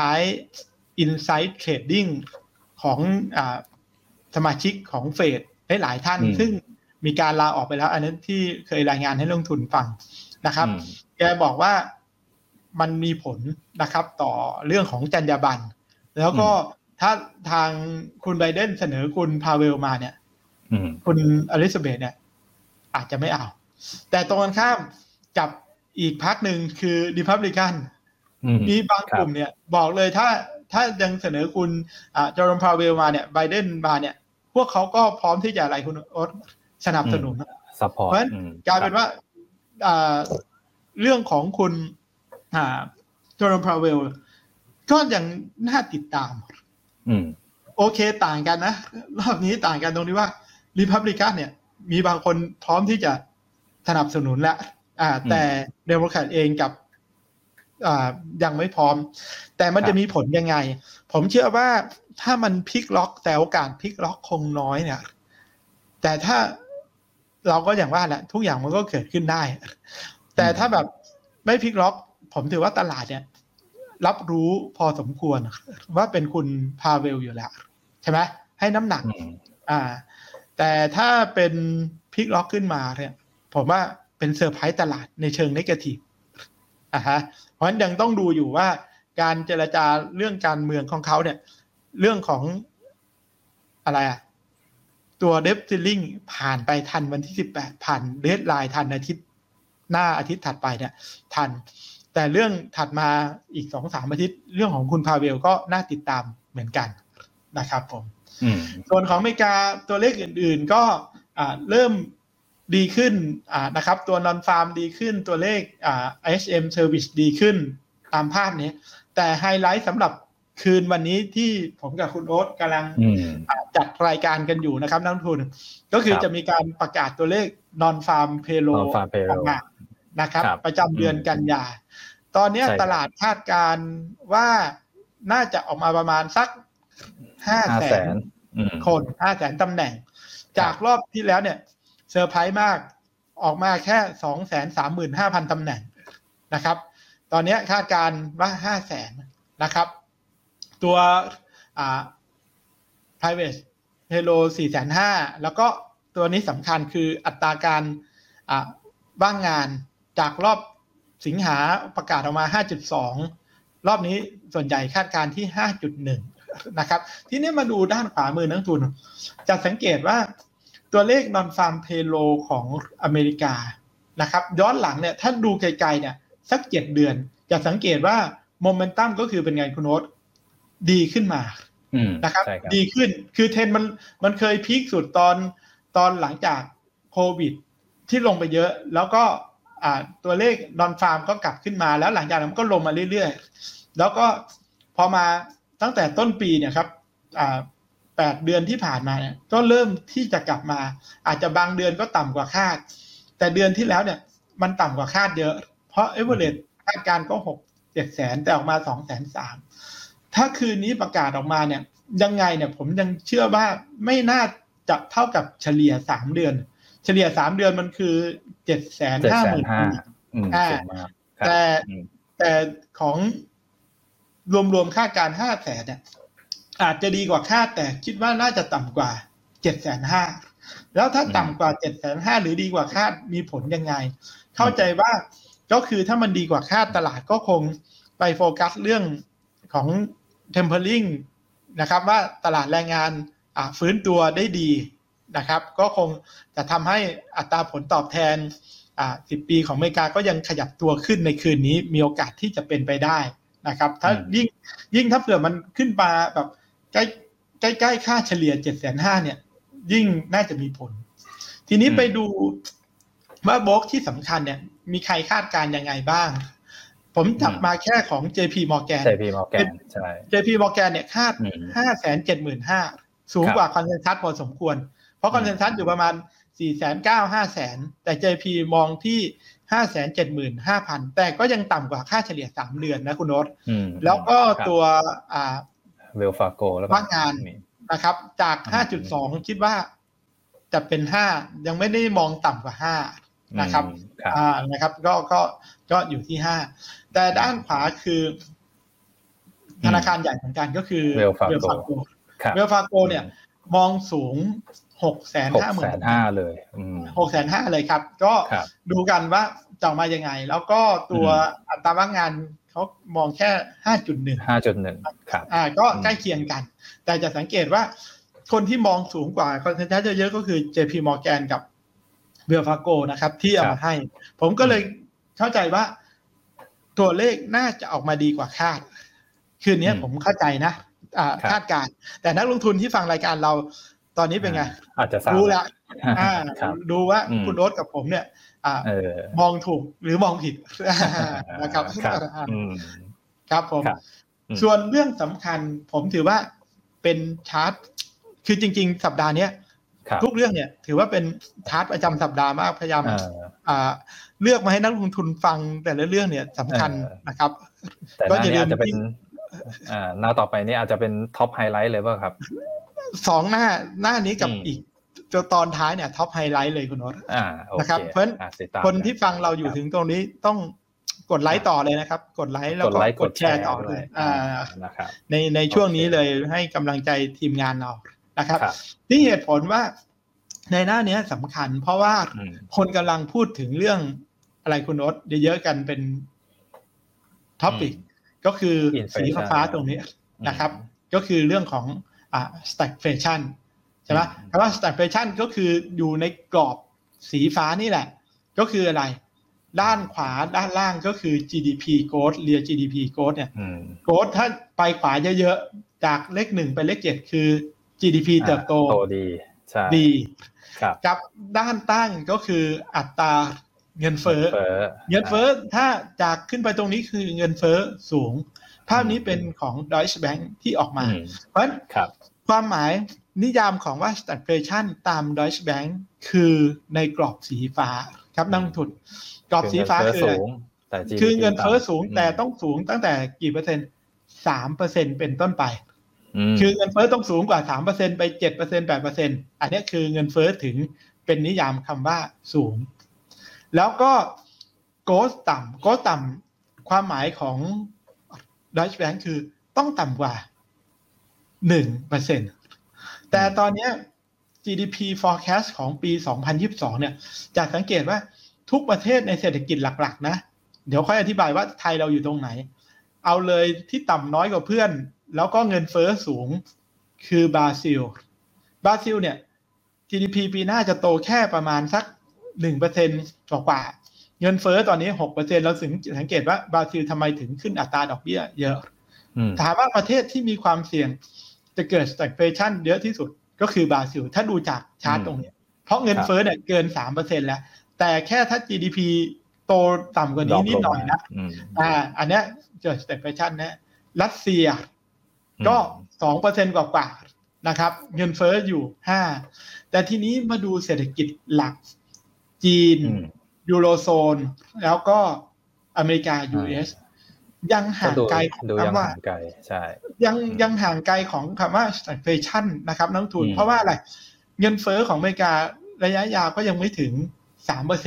Insight Trading ของอ่าสมาชิกของเฟดหลายท่านซึ่งมีการลาออกไปแล้วอันนั้นที่เคยรายงานให้นักลงทุนฟังนะครับแกบอกว่ามันมีผลนะครับต่อเรื่องของจรรยาบรรณแล้วก็ถ้าทางคุณไบเดนเสนอคุณพาเวลมาเนี่ยคุณอลิซาเบธเนี่ยอาจจะไม่เอาแต่ตรงกันข้ามจับอีกพรรคหนึ่งคือริพับลิกันมีบางกลุ่มเนี่ยบอกเลยถ้าถ้ายังเสนอคุณอ่าจอร์แดนพาเวลมาเนี่ยไบเดนมาเนี่ยพวกเขาก็พร้อมที่จะอะไรคุณโอ๊ตสนับสนุนเพราะฉะนั้นกลายเป็นว่าเรื่องของคุณจอร์แดนพาเวลก็ยังน่าติดตามโอเคต่างกันนะรอบนี้ต่างกันตรงที่ว่าริพับลิกันเนี่ยมีบางคนพร้อมที่จะสนับสนุนแล้วแต่เดโมแครตเองกับยังไม่พร้อมแต่มันจะมีผลยังไงผมเชื่อว่าถ้ามันพลิกล็อกแต่โอกาสพลิกล็อกคงน้อยเนี่ยแต่ถ้าเราก็อย่างว่าแหละทุกอย่างมันก็เกิดขึ้นได้แต่ถ้าแบบไม่พลิกล็อกผมถือว่าตลาดเนี่ยรับรู้พอสมควรว่าเป็นคุณพาเวลอยู่แล้วใช่ไหมให้น้ำหนักอ่าแต่ถ้าเป็นพลิกล็อกขึ้นมาเนี่ยผมว่าเป็นเซอร์ไพรส์ตลาดในเชิงเนกาทีฟอ่าฮะเพราะฉะนั้นยังต้องดูอยู่ว่าการเจรจาเรื่องการเมืองของเขาเนี่ยเรื่องของอะไรอ่ะตัวเดฟซิลลิ่งผ่านไปทันวันที่สิบแปดผ่านเดดไลน์ทันอาทิตย์หน้าอาทิตย์ถัดไปเนี่ยทันแต่เรื่องถัดมาอีก สองถึงสาม อาทิตย์เรื่องของคุณพาเวลก็น่าติดตามเหมือนกันนะครับผมส่วนของอเมริกาตัวเลขอื่นๆก็เริ่มดีขึ้นนะครับตัวนอนฟาร์มดีขึ้นตัวเลข เอช เอ็ม Service ดีขึ้นตามภาพนี้แต่ไฮไลท์สำหรับคืนวันนี้ที่ผมกับคุณโอ๊ตกำลังจัดรายการกันอยู่นะครับนักลงทุนก็คือจะมีการประกาศตัวเลข non farm payroll ออกมานะครับประจำเดือนกันยาตอนนี้ตลาดคาดการว่าน่าจะออกมาประมาณสักห้าแสนคนห้าแสนตำแหน่งจากรอบที่แล้วเนี่ยเซอร์ไพรส์มากออกมาแค่ สองแสนสามหมื่นห้าพัน ตำแหน่งนะครับตอนนี้คาดการว่า ห้าแสน นะครับตัวอ่า private payroll สี่แสนห้าหมื่น แล้วก็ตัวนี้สำคัญคืออัตราการอ่าว่างงานจากรอบสิงหาประกาศออกมา ห้าจุดสอง รอบนี้ส่วนใหญ่คาดการที่ ห้าจุดหนึ่ง นะครับทีนี้มาดูด้านขวามือนักลงทุนจะสังเกตว่าตัวเลข non farm payroll ของอเมริกานะครับย้อนหลังเนี่ยถ้าดูไกลๆเนี่ยสักเจ็ดเดือนจะสังเกตว่าโมเมนตัมก็คือเป็นไงคุณโน้ตดีขึ้นมานะครับดีขึ้นคือเทรนมันมันเคยพีคสุดตอนตอนหลังจากโควิดที่ลงไปเยอะแล้วก็อ่าตัวเลขนอนฟาร์มก็กลับขึ้นมาแล้วหลังจากนั้นก็ลงมาเรื่อยๆแล้วก็พอมาตั้งแต่ต้นปีเนี่ยครับอ่าแปดเดือนที่ผ่านมาเนี่ยก็เริ่มที่จะกลับมาอาจจะบางเดือนก็ต่ำกว่าคาดแต่เดือนที่แล้วเนี่ยมันต่ำกว่าคาดเยอะเพราะเอเวอเรสต์คาดการก็หก เจ็ดแสนแต่ออกมา สองแสนสามหมื่น ถ้าคืนนี้ประกาศออกมาเนี่ยยังไงเนี่ยผมยังเชื่อว่าไม่น่าจะเท่ากับเฉลี่ยสามเดือนเฉลี่ยสามเดือนมันคือ เจ็ดแสนห้าหมื่นอ่าแต่แต่ของรวมๆคาดการณ์ห้าแสนเนี่ยอาจจะดีกว่าคาดแต่คิดว่าน่าจะต่ำกว่าเจ็ดแสนห้าแล้วถ้าต่ำกว่าเจ็ดแสนห้าหรือดีกว่าคาดมีผลยังไงเข้าใจว่าก็คือถ้ามันดีกว่าคาดตลาดก็คงไปโฟกัสเรื่องของ tempering นะครับว่าตลาดแรงงานอ่าฟื้นตัวได้ดีนะครับก็คงจะทำให้อัตราผลตอบแทนอ่าสิบปีของอเมริกาก็ยังขยับตัวขึ้นในคืนนี้มีโอกาสที่จะเป็นไปได้นะครับถ้ายิ่งยิ่งถ้าเผื่อมันขึ้นมาแบบใกล้ใกล้ใกล้ค่าเฉลี่ย เจ็ดแสนห้าหมื่น เนี่ยยิ่งน่าจะมีผลทีนี้ไปดูว่าบล็อกที่สำคัญเนี่ยมีใครคาดการณ์ยังไงบ้างผมจับมาแค่ของ เจ พี Morgan เจ พี Morgan ใช่เจ พี Morgan เนี่ยคาด ห้าแสนเจ็ดหมื่นห้าพัน สูงกว่าคอนเซนซัสพอสมควรเพราะคอนเซนซัสอยู่ประมาณ สี่แสนเก้าหมื่น ห้าแสน แต่ เจ พี มองที่ ห้าแสนเจ็ดหมื่นห้าพัน แต่ก็ยังต่ำกว่าค่าเฉลี่ยสามเดือนนะคุณโน้ตแล้วก็ตัวอ่า Wells Fargo แล้วว่างงานนะครับจาก ห้าจุดสอง คิดว่าจะเป็นห้ายังไม่ได้มองต่ำกว่าห้านะครับอ่านะครับก็ก็ก็อยู่ที่ห้าแต่ด้านขวาคือธนาคารใหญ่เหมือนกันก็คือ Wells Fargo Wells Fargo เนี่ยมองสูง หกแสนห้าหมื่นหกแสนห้าเลยอืมหกแสนห้าเลยครับก็ดูกันว่าจะออกมายังไงแล้วก็ตัวอัตราว่างงานเขามองแค่ ห้าจุดหนึ่งห้าจุดหนึ่ง ครับอ่าก็ใกล้เคียงกันแต่จะสังเกตว่าคนที่มองสูงกว่าคอนเซนซัสเยอะๆก็คือ เจ พี Morgan กับ Wells Fargo นะครับที่เอามาให้ผมก็เลยเข้าใจว่าตัวเลขน่าจะออกมาดีกว่าคาดคืนนี้ผมเข้าใจนะอ่าคาดการแต่นักลงทุนที่ฟังรายการเราตอนนี้เป็นไงอาจจะรู้แล้วอ่าดูว่าคุณโอ๊ตกับผมเนี่ยอ่ามองถูกหรือมองผิดนะครับครับผมส่วนเรื่องสำคัญผมถือว่าเป็นชาร์ตคือจริงๆสัปดาห์นี้ทุกเรื่องเนี่ยถือว่าเป็นชาร์ตประจำสัปดาห์มากพยายามเลือกมาให้นักลงทุนฟังแต่ละเรื่องเนี่ยสำคัญนะครับก็จะอาจจะเป็นหน้าต่อไปนี่อาจจะเป็นท็อปไฮไลท์เลยป่ะครับสองหน้าหน้านี้กับอีกตอนท้ายเนี่ยท็อปไฮไลท์เลยคุณโน้ตนะครับเพราะฉะนั้นคนที่ฟังเราอยู่ถึงตรงนี้ต้องกดไลค์ต่อเลยนะครับกดไลค์แล้วก็กดแชร์ต่อเลยในในช่วงนี้เลยให้กำลังใจทีมงานเรานะครับนี่เหตุผลว่าในหน้านี้สำคัญเพราะว่าคนกำลังพูดถึงเรื่องอะไรคุณโน้ตเยอะๆกันเป็นท็อปิกก็คือสีฟ้าตรงนี้นะครับก็คือเรื่องของอ่า stagflation ใช่ไหมคำว่า stagflation ก็คืออยู่ในกรอบสีฟ้านี่แหละก็คืออะไรด้านขวาด้านล่างก็คือ จี ดี พี growth real จี ดี พี growth เนี่ย growth ถ้าไปขวาเยอะๆจากเลขหนึ่งไปเลขเจ็ดคือ จี ดี พี เติบโตดีใช่ดีกับด้านตั้งก็คืออัตราเงินเฟ้อเงินเฟ้อถ้าจากขึ้นไปตรงนี้คือเงินเฟ้อสูงภาพนี้เป็นของ Deutsche Bank ที่ออกมาเพราะฉะนั้นความหมายนิยามของว่า stagflation ตาม Deutsche Bank คือในกรอบสีฟ้าครับนักลงทุนกรอบสีฟ้าคือคือเงินเฟ้อสูงแต่ต้องสูงตั้งแต่กี่เปอร์เซ็นต์ สามเปอร์เซ็นต์ เป็นต้นไปคือเงินเฟ้อต้องสูงกว่า สามเปอร์เซ็นต์ ไป เจ็ดเปอร์เซ็นต์ แปดเปอร์เซ็นต์ อันนี้คือเงินเฟ้อถึงเป็นนิยามคำว่าสูงแล้วก็โกสต่ำโกสต่ำความหมายของ Deutsche Bank คือต้องต่ำกว่า หนึ่งเปอร์เซ็นต์ แต่ตอนนี้ จี ดี พี forecast ของปีสองพันยี่สิบสองเนี่ยจะสังเกตว่าทุกประเทศในเศรษฐกิจหลักๆนะเดี๋ยวค่อยอธิบายว่าไทยเราอยู่ตรงไหนเอาเลยที่ต่ำน้อยกว่าเพื่อนแล้วก็เงินเฟ้อสูงคือบราซิลบราซิลเนี่ย จี ดี พี ปีหน้าจะโตแค่ประมาณสัก หนึ่งเปอร์เซ็นต์ กว่าๆเงินเฟ้อตอนนี้ หกเปอร์เซ็นต์ แล้วถึงสังเกตว่าบราซิลทำไมถึงขึ้นอัตราดอกเบี้ยเยอะถามว่าประเทศที่มีความเสี่ยงจะเกิด stagflation เยอะที่สุดก็คือบราซิลถ้าดูจากชาร์ตตรงนี้เพราะเงินเฟ้อเนี่ยเกิน สามเปอร์เซ็นต์ แล้วแต่แค่ถ้า จี ดี พี โตต่ำกว่านี้นิดหน่อยนะอ่าอันเนี้ยเกิด stagflation นะรัสเซียก็ สองเปอร์เซ็นต์ กว่าๆนะครับเงินเฟ้ออยู่ห้าแต่ทีนี้มาดูเศรษฐกิจหลักจีนยูโรโซนแล้วก็อเมริกา ยู เอส ยังห่างไกลของคำว่าใช่ยังยังห่างไกลของคำว่า stagflation นะครับนักทุนเพราะว่าอะไรเงินเฟ้อของอเมริการะยะยาวก็ยังไม่ถึง สามเปอร์เซ็นต์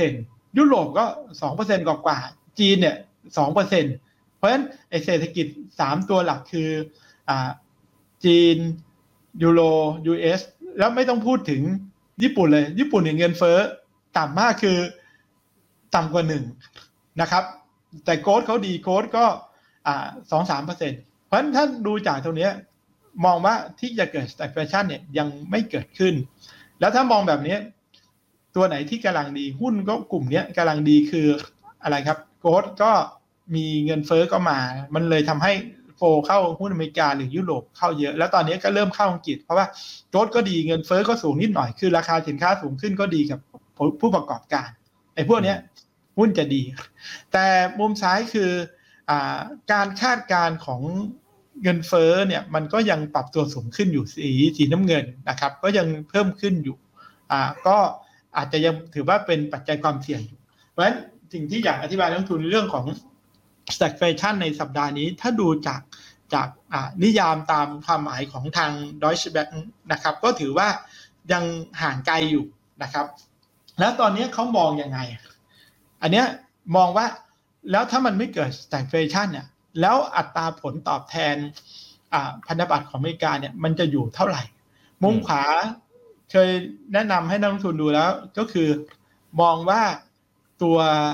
ยุโรปก็ สองเปอร์เซ็นต์ กว่าๆจีนเนี่ย สองเปอร์เซ็นต์ เพราะฉะนั้นไอ้เศรษฐกิจสามตัวหลักคืออ่าจีนยูโร ยู เอส แล้วไม่ต้องพูดถึงญี่ปุ่นเลยญี่ปุ่นเนี่ยเงินเฟ้อต่ำมากคือต่ำกว่าหนึ่งนะครับแต่โกดเขาดีโกดก็อ่า สองถึงสามเปอร์เซ็นต์ เพราะฉะนั้นถ้าดูจากตรงนี้มองว่าที่จะเกิด stagflation เนี่ยยังไม่เกิดขึ้นแล้วถ้ามองแบบนี้ตัวไหนที่กำลังดีหุ้นก็กลุ่มนี้กำลังดีคืออะไรครับโกดก็มีเงินเฟ้อก็มามันเลยทำให้โฟเข้าหุ้นอเมริกาหรือยุโรปเข้าเยอะแล้วตอนนี้ก็เริ่มเข้าอังกฤษเพราะว่าโกดก็ดีเงินเฟ้อก็สูงนิดหน่อยคือราคาสินค้าสูงขึ้นก็ดีกับผู้ประกอบการไอ้พวกนี้หุ้นจะดีแต่มุมซ้ายคืออ่าการคาดการณ์ของเงินเฟ้อเนี่ยมันก็ยังปรับตัวสูงขึ้นอยู่สีสีน้ำเงินนะครับก็ยังเพิ่มขึ้นอยู่อ่าก็อาจจะยังถือว่าเป็นปัจจัยความเสี่ยงอยู่เพราะฉะนั้นสิ่งที่อยากอธิบายนักลงทุนเรื่องของ stagflation ในสัปดาห์นี้ถ้าดูจากจากนิยามตามความหมายของทาง Deutsche Bank นะครับก็ถือว่ายังห่างไกลอยู่นะครับแล้วตอนนี้เขามองยังไงอันเนี้ยมองว่าแล้วถ้ามันไม่เกิด stagflation เนี่ยแล้วอัตราผลตอบแทนพันธบัตรของอเมริกาเนี่ยมันจะอยู่เท่าไหร่มุมขวาเคยแนะนำให้นักลงทุนดูแล้วก็คือมองว่าตัว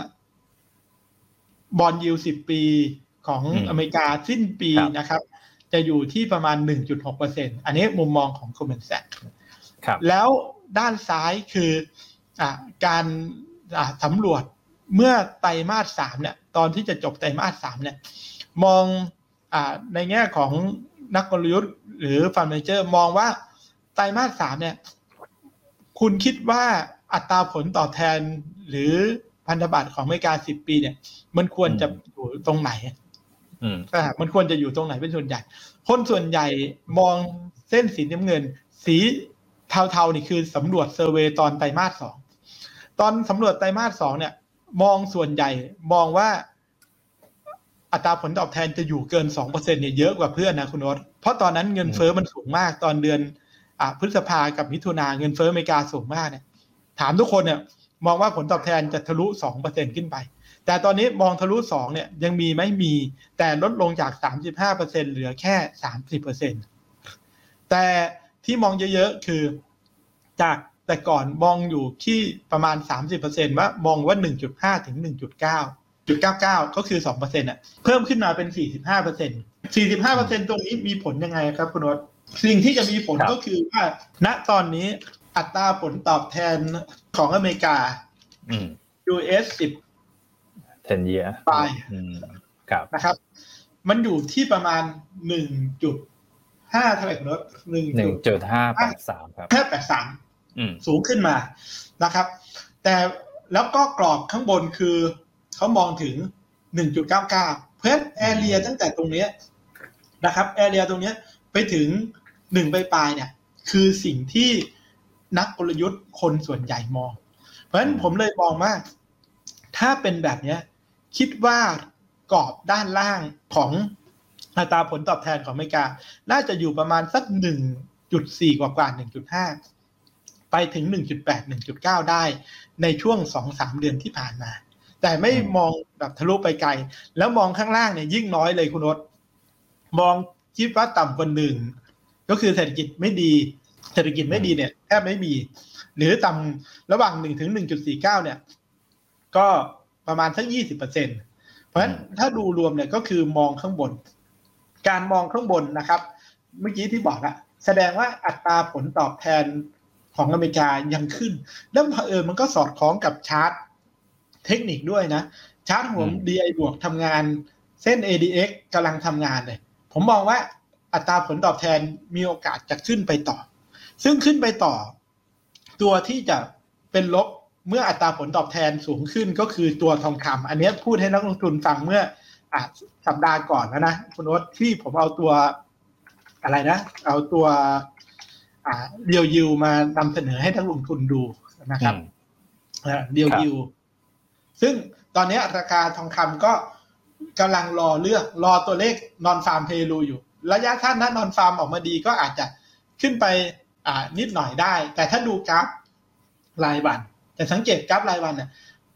บอนด์ยิลด์สิบปีของอเมริกาสิ้นปีนะครับจะอยู่ที่ประมาณ หนึ่งจุดหกเปอร์เซ็นต์ อันนี้มุมมองของ Goldman Sachs แล้วด้านซ้ายคืออ่าการอ่าสำรวจเมื่อไตรมาสสามเนี่ยตอนที่จะจบไตรมาสสามเนี่ยมองอ่าในแง่ของนักกลยุทธ์หรือฟันเมเจอร์มองว่าไตรมาสสามเนี่ยคุณคิดว่าอัตราผลตอบแทนหรือพันธบัตรของอเมริกาสิบปีเนี่ยมันควรจะอยู่ตรงไหนอืมอ่ามันควรจะอยู่ตรงไหนเป็นส่วนใหญ่คนส่วนใหญ่มองเส้นสีน้ำเงินสีเทาๆนี่คือสำรวจเซอร์เวย์ตอนไตรมาสสองตอนสำรวจไตรมาสสองเนี่ยมองส่วนใหญ่มองว่าอัตราผลตอบแทนจะอยู่เกิน สองเปอร์เซ็นต์ เนี่ยเยอะกว่าเพื่อนนะคุณโอ๊ตเพราะตอนนั้นเงินเฟ้อมันสูงมากตอนเดือนอ่าพฤษภากับมิถุนาเงินเฟ้ออเมริกาสูงมากเนี่ยถามทุกคนเนี่ยมองว่าผลตอบแทนจะทะลุ สองเปอร์เซ็นต์ ขึ้นไปแต่ตอนนี้มองทะลุสองเนี่ยยังมีไม่มีแต่ลดลงจาก สามสิบห้าเปอร์เซ็นต์ เหลือแค่ สามสิบเปอร์เซ็นต์ แต่ที่มองเยอะๆคือจากแต่ก่อนมองอยู่ที่ประมาณ สามสิบเปอร์เซ็นต์ ว่ามองว่า หนึ่งจุดห้า ถึง หนึ่งจุดเก้า จุดเก้าเก้า ก็คือ สองเปอร์เซ็นต์ อ่ะเพิ่มขึ้นมาเป็น สี่สิบห้าเปอร์เซ็นต์ สี่สิบห้าเปอร์เซ็นต์ ตรงนี้มีผลยังไงครับคุณโอ๊ตสิ่งที่จะมีผลก็คือว่าณตอนนี้อัตราผลตอบแทนของอเมริกา ยู เอส สิบ ten year ไปครับนะครับมันอยู่ที่ประมาณ หนึ่งจุดห้า เท่าไหร่คุณโอ๊ต หนึ่งจุดห้าแปดสาม ครับห้าแปดสามสูงขึ้นมานะครับแต่แล้วก็กรอบข้างบนคือเขามองถึง หนึ่งจุดเก้าเก้า เพราะฉะนั้นแอเรียตั้งแต่ตรงนี้นะครับแอเรียตรงนี้ไปถึงหนึ่งปลายๆเนี่ยคือสิ่งที่นักกลยุทธ์คนส่วนใหญ่มองเพราะฉะนั้นผมเลยมองว่าถ้าเป็นแบบนี้คิดว่ากรอบด้านล่างของอัตราผลตอบแทนของอเมริกาน่าจะอยู่ประมาณสัก หนึ่งจุดสี่ กว่าๆ หนึ่งจุดห้า ไปถึง หนึ่งจุดแปด หนึ่งจุดเก้า ได้ในช่วง สองถึงสาม เดือนที่ผ่านมาแต่ไม่มองแบบทะลุไปไกลแล้วมองข้างล่างเนี่ยยิ่งน้อยเลยคุณโอ๊ตมองคิดว่าต่ำกว่าหนึ่งก็คือเศรษฐกิจไม่ดีเศรษฐกิจไม่ดีเนี่ยแทบไม่มีหรือต่ำระหว่างหนึ่งถึง หนึ่งจุดสี่เก้า เนี่ยก็ประมาณสัก ยี่สิบเปอร์เซ็นต์ เพราะฉะนั้นถ้าดูรวมเนี่ยก็คือมองข้างบนการมองข้างบนนะครับเมื่อกี้ที่บอกละแสดงว่าอัตราผลตอบแทนของอเมริกายังขึ้นแล้วเผอิญมันก็สอดคล้องกับชาร์ตเทคนิคด้วยนะชาร์ตหัว ดี ไอ บวกทำงานเส้น เอ ดี เอ็กซ์ กำลังทำงานเลยผมมองว่าอัตราผลตอบแทนมีโอกาสจะขึ้นไปต่อซึ่งขึ้นไปต่อตัวที่จะเป็นลบเมื่ออัตราผลตอบแทนสูงขึ้นก็คือตัวทองคำอันนี้พูดให้นักลงทุนฟังเมื่ออ่ะสัปดาห์ก่อนแล้วนะคุณโอ๊ตที่ผมเอาตัวอะไรนะเอาตัวอ่าเรียวยิวมานำเสนอให้นักลงทุนดูนะครับอ่าเรียวยิวซึ่งตอนนี้ราคาทองคำก็กำลังรอเลือกรอตัวเลขนอนฟาร์มเพย์รูอยู่ระยะสั้นนะนอนฟาร์มออกมาดีก็อาจจะขึ้นไปอ่านิดหน่อยได้แต่ถ้าดูกราฟรายวันแต่สังเกตกราฟรายวันเนี่ย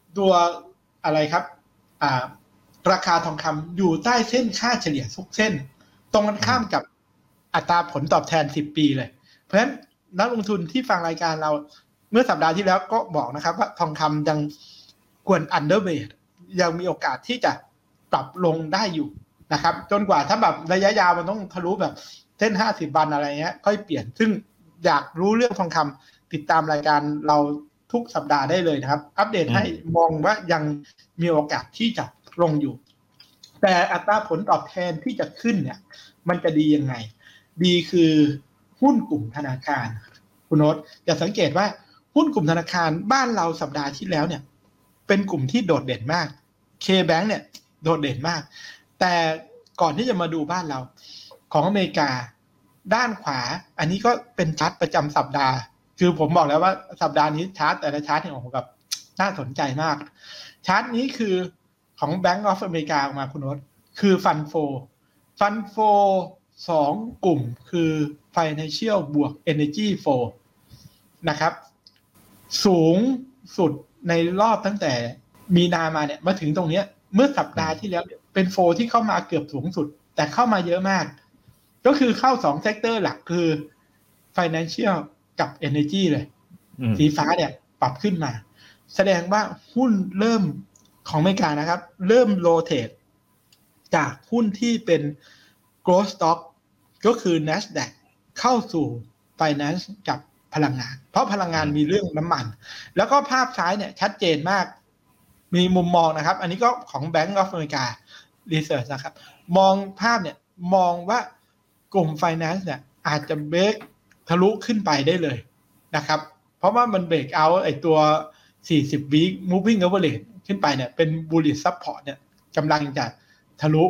ตัวอะไรครับอ่าราคาทองคำอยู่ใต้เส้นค่าเฉลี่ยทุกเส้นตรงกันข้ามกับอัตราผลตอบแทนสิบปีเลยเพราะฉะนั้นนักลงทุนที่ฟังรายการเราเมื่อสัปดาห์ที่แล้วก็บอกนะครับว่าทองคำยังควร underweight ยังมีโอกาสที่จะปรับลงได้อยู่นะครับจนกว่าถ้าแบบระยะยาวมันต้องทะลุแบบเส้นห้าสิบวันอะไรเงี้ยค่อยเปลี่ยนซึ่งอยากรู้เรื่องทองคำติดตามรายการเราทุกสัปดาห์ได้เลยนะครับอัปเดตให้มองว่ายังมีโอกาสที่จะลงอยู่แต่อัตราผลตอบแทนที่จะขึ้นเนี่ยมันจะดียังไงดีคือหุ้นกลุ่มธนาคารคุณโน้ตจะสังเกตว่าหุ้นกลุ่มธนาคารบ้านเราสัปดาห์ที่แล้วเนี่ยเป็นกลุ่มที่โดดเด่นมาก K-Bank เนี่ยโดดเด่นมากแต่ก่อนที่จะมาดูบ้านเราของอเมริกาด้านขวาอันนี้ก็เป็นชาร์ตประจำสัปดาห์คือผมบอกแล้วว่าสัปดาห์นี้ชาร์ตแต่ละชาร์ตเนี่ยผมแบบน่าสนใจมากชาร์ตนี้คือของ Bank of America ออกมาคุณโน้ตคือฟันโฟฟันโฟสองกลุ่มคือ Financial บวก Energy Flow นะครับสูงสุดในรอบตั้งแต่มีนามาเนี่ยมาถึงตรงนี้เมื่อสัปดาห์ที่แล้วเป็นโฟที่เข้ามาเกือบสูงสุดแต่เข้ามาเยอะมากก็คือเข้าสองเซกเตอร์หลักคือ Financial กับ Energy เลยสีฟ้าเนี่ยปรับขึ้นมาแสดงว่าหุ้นเริ่มของอเมริกานะครับเริ่มโรเตทจากหุ้นที่เป็น growth stock ก็คือ NASDAQ เข้าสู่ Finance กับพลังงานเพราะพลังงานมีเรื่องน้ำมันแล้วก็ภาพซ้ายเนี่ยชัดเจนมากมีมุมมองนะครับอันนี้ก็ของ Bank of America Research นะครับมองภาพเนี่ยมองว่ากลุ่ม Finance เนี่ยอาจจะเบรกทะลุขึ้นไปได้เลยนะครับเพราะว่ามันเบรกเอาไอ้ตัวสี่สิบ week moving average ขึ้นไปเนี่ยเป็น bullish support เนี่ยกำลังจะทะลุ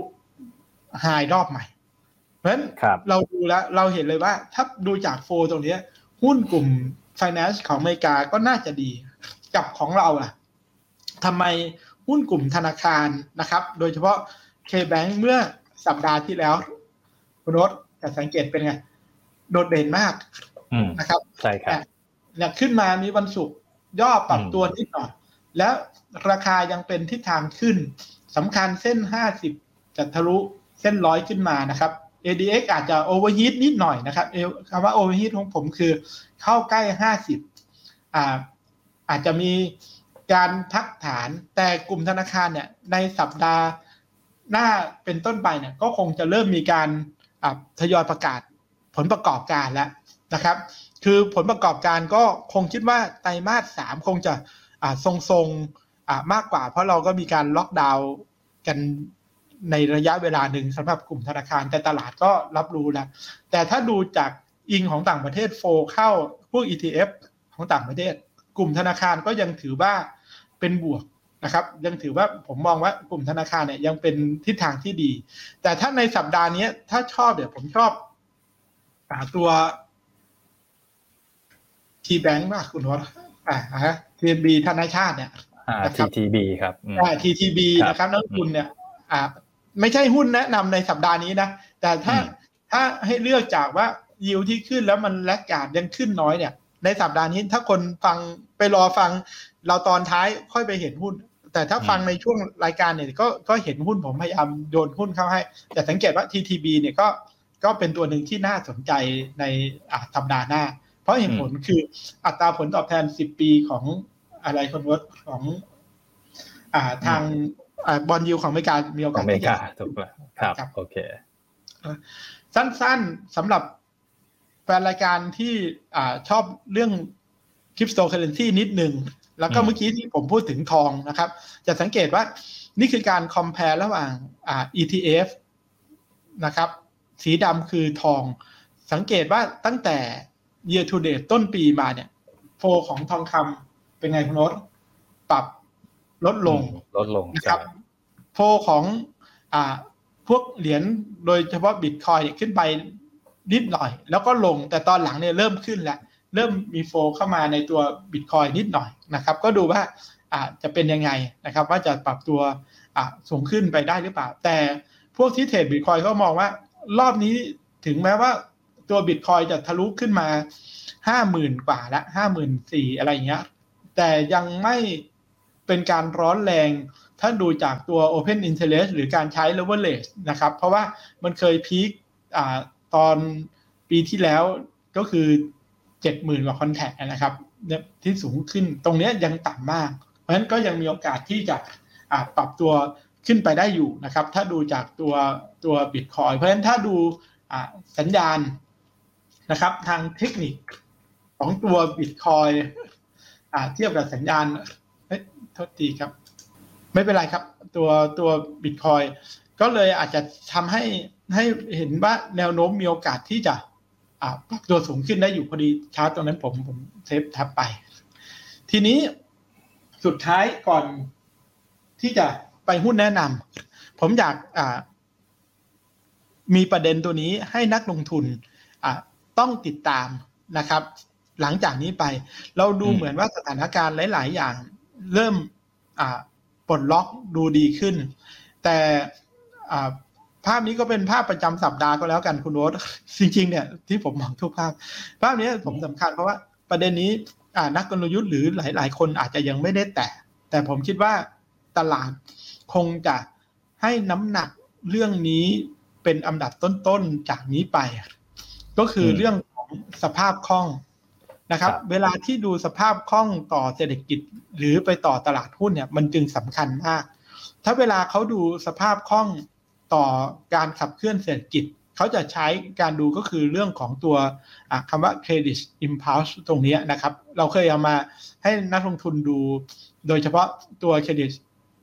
high รอบใหม่เพราะฉะนั้นเราดูแล้วเราเห็นเลยว่าถ้าดูจากโฟตรงนี้หุ้นกลุ่ม Finance ของอเมริกาก็น่าจะดีกับของเราล่ะทำไมหุ้นกลุ่มธนาคารนะครับโดยเฉพาะ K-Bank เมื่อสัปดาห์ที่แล้วคุณรถจะสังเกตเป็นไงโดดเด่นมากนะครับใช่ครับเนี่ยขึ้นมามีวันศุกร์ย่อปรับตัวนิดหน่อยแล้วราคายังเป็นทิศทางขึ้นสำคัญเส้นห้าสิบจะทะลุเส้นร้อยขึ้นมานะครับ เอ ดี เอ็กซ์ อาจจะโอเวอร์ฮีทนิดหน่อยนะครับคำว่าโอเวอร์ฮีทของผมคือเข้าใกล้ห้าสิบอ่าอาจจะมีการพักฐานแต่กลุ่มธนาคารเนี่ยในสัปดาห์หน้าเป็นต้นไปเนี่ยก็คงจะเริ่มมีการทยอยประกาศผลประกอบการแล้วนะครับคือผลประกอบการก็คงคิดว่าไตรมาสสามคงจะทรงๆมากกว่าเพราะเราก็มีการล็อกดาวน์กันในระยะเวลาหนึ่งสำหรับกลุ่มธนาคารแต่ตลาดก็รับรู้แล้วแต่ถ้าดูจากอิงของต่างประเทศโฟเข้าพวก อี ที เอฟ ของต่างประเทศกลุ่มธนาคารก็ยังถือว่าเป็นบวกนะครับยังถือว่าผมมองว่ากลุ่มธนาคารเนี่ยยังเป็นทิศทางที่ดีแต่ถ้าในสัปดาห์นี้ถ้าชอบเดี๋ยวผมชอบตัว T-Bank มากคุณวรอ่าฮะ ที เอ็น บี ธนาชาติเนี่ยอ่า ที ที บี ครับอ่า ที ที บี นะครับนักลงทุนเนี่ยอ่าไม่ใช่หุ้นแนะนำในสัปดาห์นี้นะแต่ถ้าถ้าให้เลือกจากว่ายิวที่ขึ้นแล้วมันแลกการ์ดยังขึ้นน้อยเนี่ยในสัปดาห์นี้ถ้าคนฟังไปรอฟังเราตอนท้ายค่อยไปเห็นหุ้นแต่ถ้าฟังในช่วงรายการเนี่ยก็ก็เห็นหุ้นผมพยายามโยนหุ้นเข้าให้แต่สังเกตว่า ที ที บี เนี่ยก็ก็เป็นตัวหนึ่งที่น่าสนใจในอ่าสัปดาห์หน้าเพราะเหตุผลคืออัตราผลตอบแทนสิบปีของอะไรคนวดของอ่าทางอ่าบอนด์ยิลด์ของอเมริกามีโอกาสที่จะถูกแล้วครับโอเคสั้นๆสำหรับแฟนรายการที่อ่าชอบเรื่องคริปโตเคอเรนซีนิดนึงแล้วก็เมื่อกี้ที่ผมพูดถึงทองนะครับจะสังเกตว่านี่คือการคอมเพลระหว่างอ่า อี ที เอฟ นะครับสีดำคือทองสังเกตว่าตั้งแต่ year to date ต้นปีมาเนี่ยโฟของทองคำเป็นไงคุณโน้ตปรับลดลงลดลงนะครับโฟของอ่าพวกเหรียญโดยเฉพาะ Bitcoin เนี่ยขึ้นไปนิดหน่อยแล้วก็ลงแต่ตอนหลังเนี่ยเริ่มขึ้นแล้วเริ่มมีโฟเข้ามาในตัว Bitcoin นิดหน่อยนะครับก็ดูว่าอ่าจะเป็นยังไงนะครับว่าจะปรับตัวอ่าสูงขึ้นไปได้หรือเปล่าแต่พวกที่เทรด Bitcoin ก็มองว่ารอบนี้ถึงแม้ว่าตัว Bitcoin จะทะลุขึ้นมา ห้าหมื่น กว่าละ ห้าหมื่นสี่พัน อะไรอย่างเงี้ยแต่ยังไม่เเป็นการร้อนแรงถ้าดูจากตัว Open Interest หรือการใช้ leverage นะครับเพราะว่ามันเคยพีคอ่าตอนปีที่แล้วก็คือ เจ็ดหมื่น กว่าคอนแทคนะครับที่สูงขึ้นตรงนี้ยังต่ำมากเพราะฉะนั้นก็ยังมีโอกาสที่จะอ่าปรับตัวขึ้นไปได้อยู่นะครับถ้าดูจากตัวตัว Bitcoin เพราะฉะนั้นถ้าดูอ่าสัญญาณนะครับทางเทคนิคของตัว Bitcoin อ่าเทียบกับสัญญาณเฮ้ยโทษทีครับไม่เป็นไรครับตัวตัว Bitcoin ก็เลยอาจจะทำให้ให้เห็นว่าแนวโน้มมีโอกาสที่จะอ่าปรับตัวสูงขึ้นได้อยู่พอดีชาร์ตตรงนั้นผมผมเซฟแท็บไปทีนี้สุดท้ายก่อนที่จะไปหุ้นแนะนำผมอยากอ่ามีประเด็นตัวนี้ให้นักลงทุนอ่าต้องติดตามนะครับหลังจากนี้ไปเราดูเหมือนว่าสถานการณ์หลายๆอย่างเริ่มอ่าปลดล็อกดูดีขึ้นแต่อ่าภาพนี้ก็เป็นภาพประจำสัปดาห์ก็แล้วกันคุณโรสจริงๆเนี่ยที่ผมมองทุกภาพภาพนี้ผมสำคัญเพราะว่าประเด็นนี้อ่านักกลยุทธ์หรือหลายๆคนอาจจะยังไม่ได้แตะแต่ผมคิดว่าตลาดคงจะให้น้ำหนักเรื่องนี้เป็นอันดับต้นๆจากนี้ไปก็คือเรื่องของสภาพคล่องนะครับเวลาที่ดูสภาพคล่องต่อเศรษฐกิจหรือไปต่อตลาดหุ้นเนี่ยมันจึงสำคัญมากถ้าเวลาเขาดูสภาพคล่องต่อการขับเคลื่อนเศรษฐกิจเขาจะใช้การดูก็คือเรื่องของตัวคำว่า credit impulse ตรงนี้นะครับเราเคยเอามาให้นักลงทุนดูโดยเฉพาะตัว credit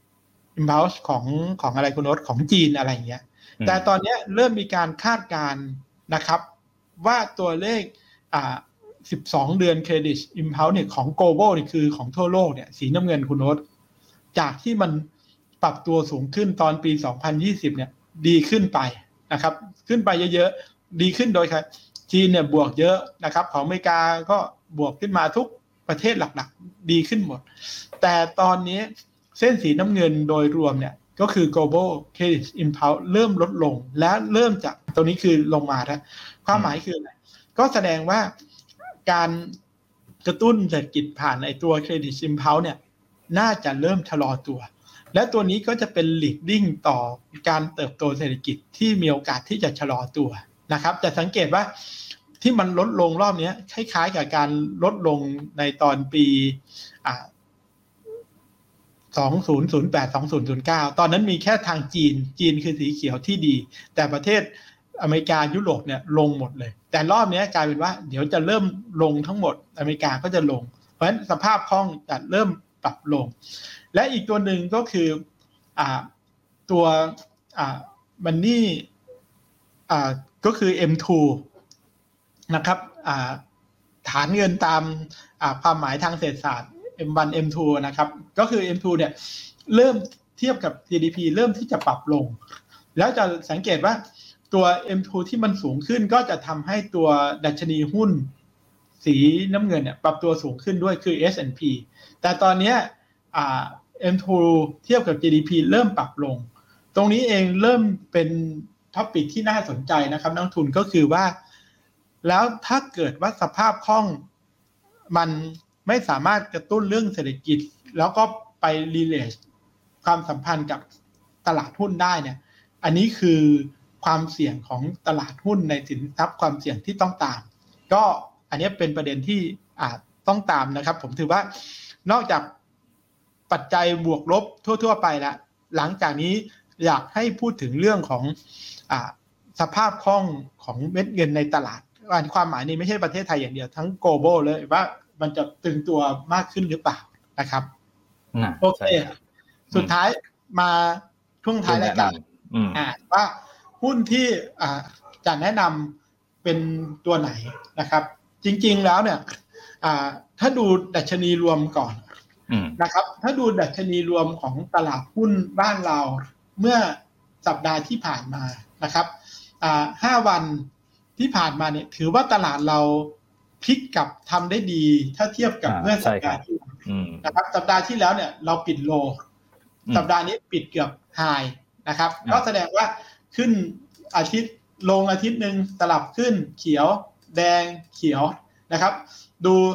impulse ของของอะไรคุณโน้ตของจีนอะไรอย่างเงี้ยแต่ตอนนี้เริ่มมีการคาดการณ์นะครับว่าตัวเลขอ่าสิบสองเดือน credit impulse เนี่ยของ global นี่คือของทั่วโลกเนี่ยสีน้ำเงินคุณโน้ตจากที่มันปรับตัวสูงขึ้นตอนปีสองพันยี่สิบเนี่ยดีขึ้นไปนะครับขึ้นไปเยอะๆดีขึ้นโดยครับจีนเนี่ยบวกเยอะนะครับของอเมริกาก็บวกขึ้นมาทุกประเทศหลักๆดีขึ้นหมดแต่ตอนนี้เส้นสีน้ำเงินโดยรวมเนี่ยก็คือ global credit impulse เริ่มลดลงและเริ่มจากตัวนี้คือลงมาแล้วความหมายคืออะไรก็แสดงว่าการกระตุ้นเศรษฐกิจผ่านไอ้ตัว credit impulse เนี่ยน่าจะเริ่มชะลอตัวและตัวนี้ก็จะเป็น leading ต่อการเติบโตเศรษฐกิจที่มีโอกาสที่จะชะลอตัวนะครับแต่สังเกตว่าที่มันลดลงรอบนี้คล้ายๆกับการลดลงในตอนปีอ่าสองพันแปด สองพันเก้าตอนนั้นมีแค่ทางจีนจีนคือสีเขียวที่ดีแต่ประเทศอเมริกายุโรปเนี่ยลงหมดเลยแต่รอบนี้กลายเป็นว่าเดี๋ยวจะเริ่มลงทั้งหมดอเมริกาก็จะลงเพราะฉะนั้นสภาพคล่องจะเริ่มปรับลงและอีกตัวหนึ่งก็คืออ่าตัวอ่ามันนี่อ่าก็คือ เอ็ม ทู นะครับอ่าฐานเงินตามอ่าความหมายทางเศรษฐศาสตร์ เอ็ม วัน เอ็ม ทู นะครับก็คือ เอ็ม ทู เนี่ยเริ่มเทียบกับ จี ดี พี เริ่มที่จะปรับลงแล้วจะสังเกตว่าตัว เอ็ม ทู ที่มันสูงขึ้นก็จะทำให้ตัวดัชนีหุ้นสีน้ำเงินเนี่ยปรับตัวสูงขึ้นด้วยคือ เอส แอนด์ พี แต่ตอนนี้อ่า เอ็ม ทู เทียบกับ จี ดี พี เริ่มปรับลงตรงนี้เองเริ่มเป็นท็อปิกที่น่าสนใจนะครับนักทุนก็คือว่าแล้วถ้าเกิดว่าสภาพคล่องมันไม่สามารถกระตุ้นเรื่องเศรษฐกิจแล้วก็ไป relate ความสัมพันธ์กับตลาดหุ้นได้เนี่ยอันนี้คือความเสี่ยงของตลาดหุ้นในสินทรัพย์ความเสี่ยงที่ต้องตามก็อันนี้เป็นประเด็นที่อาจต้องตามนะครับผมถือว่านอกจากปัจจัยบวกลบทั่วๆไปแล้วหลังจากนี้อยากให้พูดถึงเรื่องของอ่าสภาพคล่องของเม็ดเงินในตลาดความหมายนี้ไม่ใช่ประเทศไทยอย่างเดียวทั้ง global เลยว่ามันจะตึงตัวมากขึ้นหรือเปล่านะครับโอเคสุดท้ายมาช่วงท้ายรายการอ่าว่าหุ้นที่อ่าจะแนะนำเป็นตัวไหนนะครับจริงๆแล้วเนี่ยอ่าถ้าดูดัชนีรวมก่อนนะครับถ้าดูดัชนีรวมของตลาดหุ้นบ้านเราเมื่อสัปดาห์ที่ผ่านมานะครับอ่าห้าวันที่ผ่านมาเนี่ยถือว่าตลาดเราพลิกกลับทำได้ดีถ้าเทียบกับเมื่อสัปดาห์ที่นะครับสัปดาห์ที่แล้วเนี่ยเราปิดโลสัปดาห์นี้ปิดเกือบไฮนะครับก็แสดงว่าขึ้นอาทิตย์ลงอาทิตย์นึงสลับขึ้นเขียวแดงเขียวนะครับดู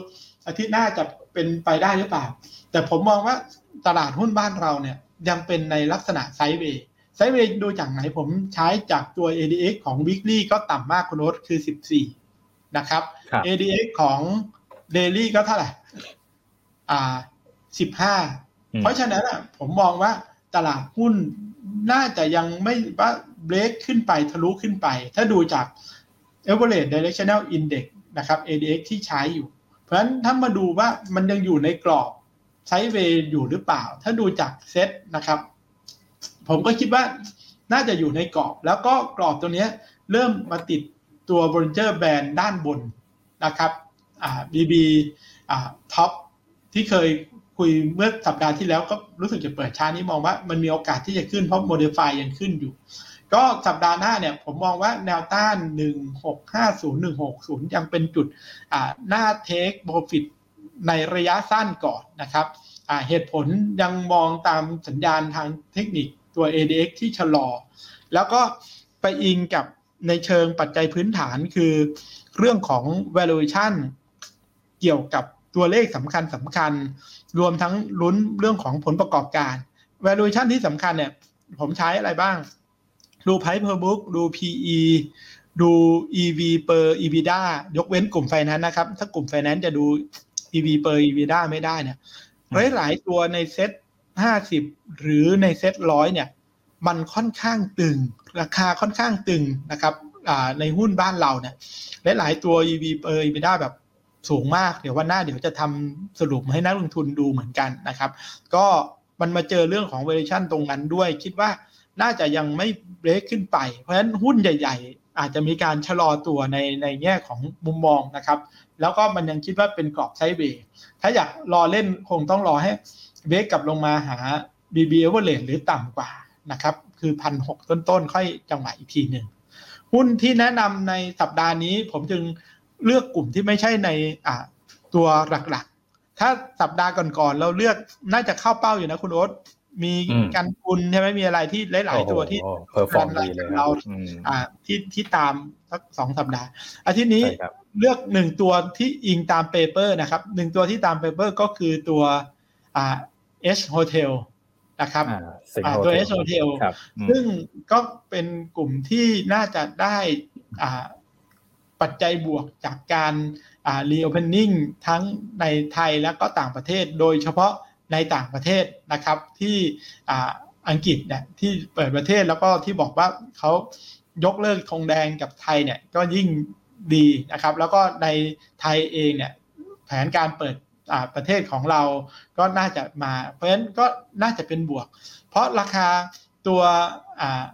อาทิตย์หน้าจะเป็นไปได้หรือเปล่าแต่ผมมองว่าตลาดหุ้นบ้านเราเนี่ยยังเป็นในลักษณะไซด์เวย์ไซด์เวย์ดูจากไหนผมใช้จากตัว เอ ดี เอ็กซ์ ของ Weekly ก็ต่ำมากคุณโอ๊ตคือสิบสี่นะครับ เอ ดี เอ็กซ์ ของ Daily ก็เท่าไหร่อ่าสิบห้าเพราะฉะนั้นอ่ะผมมองว่าตลาดหุ้นน่าจะยังไม่ว่าเบรกขึ้นไปทะลุขึ้นไปถ้าดูจาก Average Directional Index นะครับ เอ ดี เอ็กซ์ ที่ใช้อยู่เพราะฉะนั้นถ้ามาดูว่ามันยังอยู่ในกรอบไซด์เวย์อยู่หรือเปล่าถ้าดูจากเซตนะครับผมก็คิดว่าน่าจะอยู่ในกรอบแล้วก็กรอบตัวนี้เริ่มมาติดตัว Bollinger Band ด้านบนนะครับอ่า บี บี อ่า Top ที่เคยคุยเมื่อสัปดาห์ที่แล้วก็รู้สึกจะเปิดชาร์ตนี้มองว่ามันมีโอกาสที่จะขึ้นเพราะ Modify ยังขึ้นอยู่ก็สัปดาห์หน้าเนี่ยผมมองว่าแนวต้านหนึ่งหกห้าศูนย์ หนึ่งหกศูนย์ยังเป็นจุดอ่าหน้า Take Profit ในระยะสั้นก่อนนะครับอ่าเหตุผลยังมองตามสัญญาณทางเทคนิคตัว เอ ดี เอ็กซ์ ที่ชะลอแล้วก็ไปอิงกับในเชิงปัจจัยพื้นฐานคือเรื่องของ valuation เกี่ยวกับตัวเลขสำคัญสำคัญรวมทั้งลุ้นเรื่องของผลประกอบการ valuation ที่สำคัญเนี่ยผมใช้อะไรบ้างดู Price per book ดู พี อี ดู อี วี per EBITDA ยกเว้นกลุ่ม Finance นะครับถ้ากลุ่ม Finance จะดู อี วี per EBITDA ไม่ได้เนี่ยหลายๆตัวในเซ็ตห้าสิบหรือในเซ็ตหนึ่งร้อยเนี่ยมันค่อนข้างตึงราคาค่อนข้างตึงนะครับในหุ้นบ้านเราเนี่ยหลายๆตัว อี วี per EBITDA แบบสูงมากเดี๋ยววันหน้าเดี๋ยวจะทำสรุปให้นักลงทุนดูเหมือนกันนะครับก็มันมาเจอเรื่องของ valuation ตรงนั้นด้วยคิดว่าน่าจะยังไม่เบรกขึ้นไปเพราะฉะนั้นหุ้นใหญ่ๆอาจจะมีการชะลอตัวในในแง่ของมุมมองนะครับแล้วก็มันยังคิดว่าเป็นกรอบไซด์เวย์ถ้าอยากรอเล่นคงต้องรอให้เบรกกลับลงมาหา บี บี Average หรือต่ำกว่านะครับคือ หนึ่งพันหกร้อย ต้นๆค่อยจังหวะอีกทีหนึ่งหุ้นที่แนะนำในสัปดาห์นี้ผมจึงเลือกกลุ่มที่ไม่ใช่ในอ่าตัวหลักๆถ้าสัปดาห์ก่อนๆเราเลือกน่าจะเข้าเป้าอยู่นะคุณโอ๊ตมีกันกุลใช่ไหมมีอะไรที่หลายๆตัวที่เพอร์ฟอร์มดีเลยเราอ่าที่ที่ตามสักสองสัปดาห์อาทิตย์นี้เลือกหนึ่งตัวที่อิงตามเปเปอร์นะครับหนึ่งตัวที่ตามเปเปอร์ก็คือตัวอ่า H Hotel นะครับตัว H Hotel ซึ่งก็เป็นกลุ่มที่น่าจะได้อ่าปัจจัยบวกจากการอ่า reopening ทั้งในไทยและก็ต่างประเทศโดยเฉพาะในต่างประเทศนะครับที่อ่าอังกฤษเนี่ยที่เปิดประเทศแล้วก็ที่บอกว่าเขายกเลิกธงแดงกับไทยเนี่ยก็ยิ่งดีนะครับแล้วก็ในไทยเองเนี่ยแผนการเปิดอ่าประเทศของเราก็น่าจะมาเพราะฉะนั้นก็น่าจะเป็นบวกเพราะราคาตัวอ่า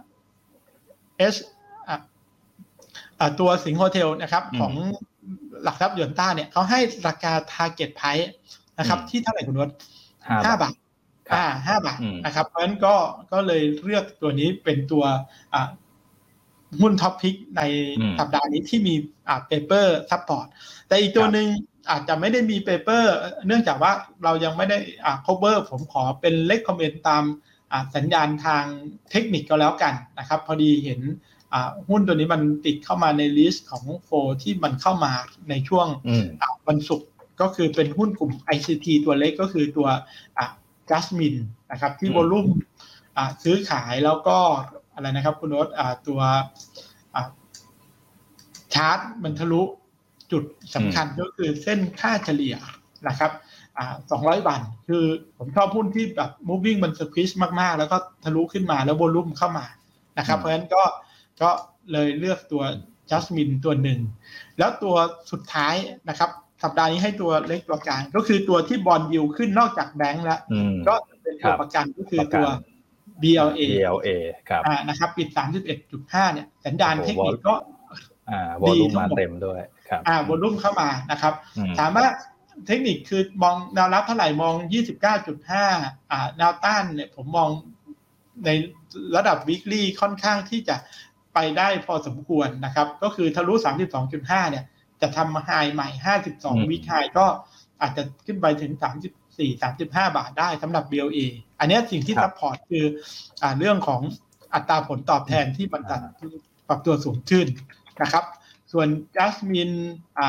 H อ่าอ่าตัวสิงห์โฮเทลนะครับของหลักทรัพย์หยวนต้าเนี่ยเขาให้ราคา target price นะครับที่เท่าไหร่คุณวศห้าบาทอ่าห้าบาทนะครับเพราะฉะนั้นก็ก็เลยเลือกตัวนี้เป็นตัวอ่าหุ้นท็อปพิกในสัปดาห์นี้ที่มีอ่าเปเปอร์ซัพพอร์ตแต่อีกตัวหนึ่งอาจจะไม่ได้มีเปเปอร์เนื่องจากว่าเรายังไม่ได้อ่า cover ผมขอเป็นเลขคอมเมนต์ตามอ่าสัญญาณทางเทคนิคก็แล้วกันนะครับพอดีเห็นอ่าหุ้นตัวนี้มันติดเข้ามาในลิสต์ของโฟที่มันเข้ามาในช่วงวันศุกร์ก็คือเป็นหุ้นกลุ่ม ไอ ซี ที ตัวเล็กก็คือตัวอ่ะกัสมินนะครับที่วอลุ่มอ่ะซื้อขายแล้วก็อะไรนะครับคุณโน้ตอ่ะตัวอ่ะชาร์ตมันทะลุจุดสำคัญก็คือเส้นค่าเฉลี่ยนะครับอ่ะสองร้อยวันคือผมชอบหุ้นที่แบบ moving มันสควิชมากๆแล้วก็ทะลุขึ้นมาแล้ววอลุ่มเข้ามานะครับเพราะฉะนั้นก็ก็เลยเลือกตัวจัสมินตัวหนึ่งแล้วตัวสุดท้ายนะครับสัปดาห์นี้ให้ตัวเล็กตัวกลางก็คือตัวที่บอนด์ยิลด์ขึ้นนอกจากแบงก์แล้วก็เป็นตัวประกันก็คือตัว บี แอล เอบี แอล เอ ครับอ่านะครับปิด สามสิบเอ็ดจุดห้า เนี่ยสัญญาณเทคนิคก็อ่าวอลลุ่มมาเต็มด้วยครับอ่าวอลลุ่มเข้ามานะครับถามว่าเทคนิคคือมองแนวรับเท่าไหร่มอง ยี่สิบเก้าจุดห้า อ่าแนวต้านเนี่ยผมมองในระดับ weekly ค่อนข้างที่จะไปได้พอสมควรนะครับก็คือทะลุ สามสิบสองจุดห้า เนี่ยจะทำไฮใหม่ห้าสิบสองวีคไฮก็อาจจะขึ้นไปถึงสามสิบสี่ สามสิบห้าบาทได้สำหรับ บี แอล เอ อันนี้สิ่งที่ซัพพอร์ตคืออ่าเรื่องของอัตราผลตอบแทนที่มันปรับตัวสูงขึ้นนะครับส่วนจัสมินอ่า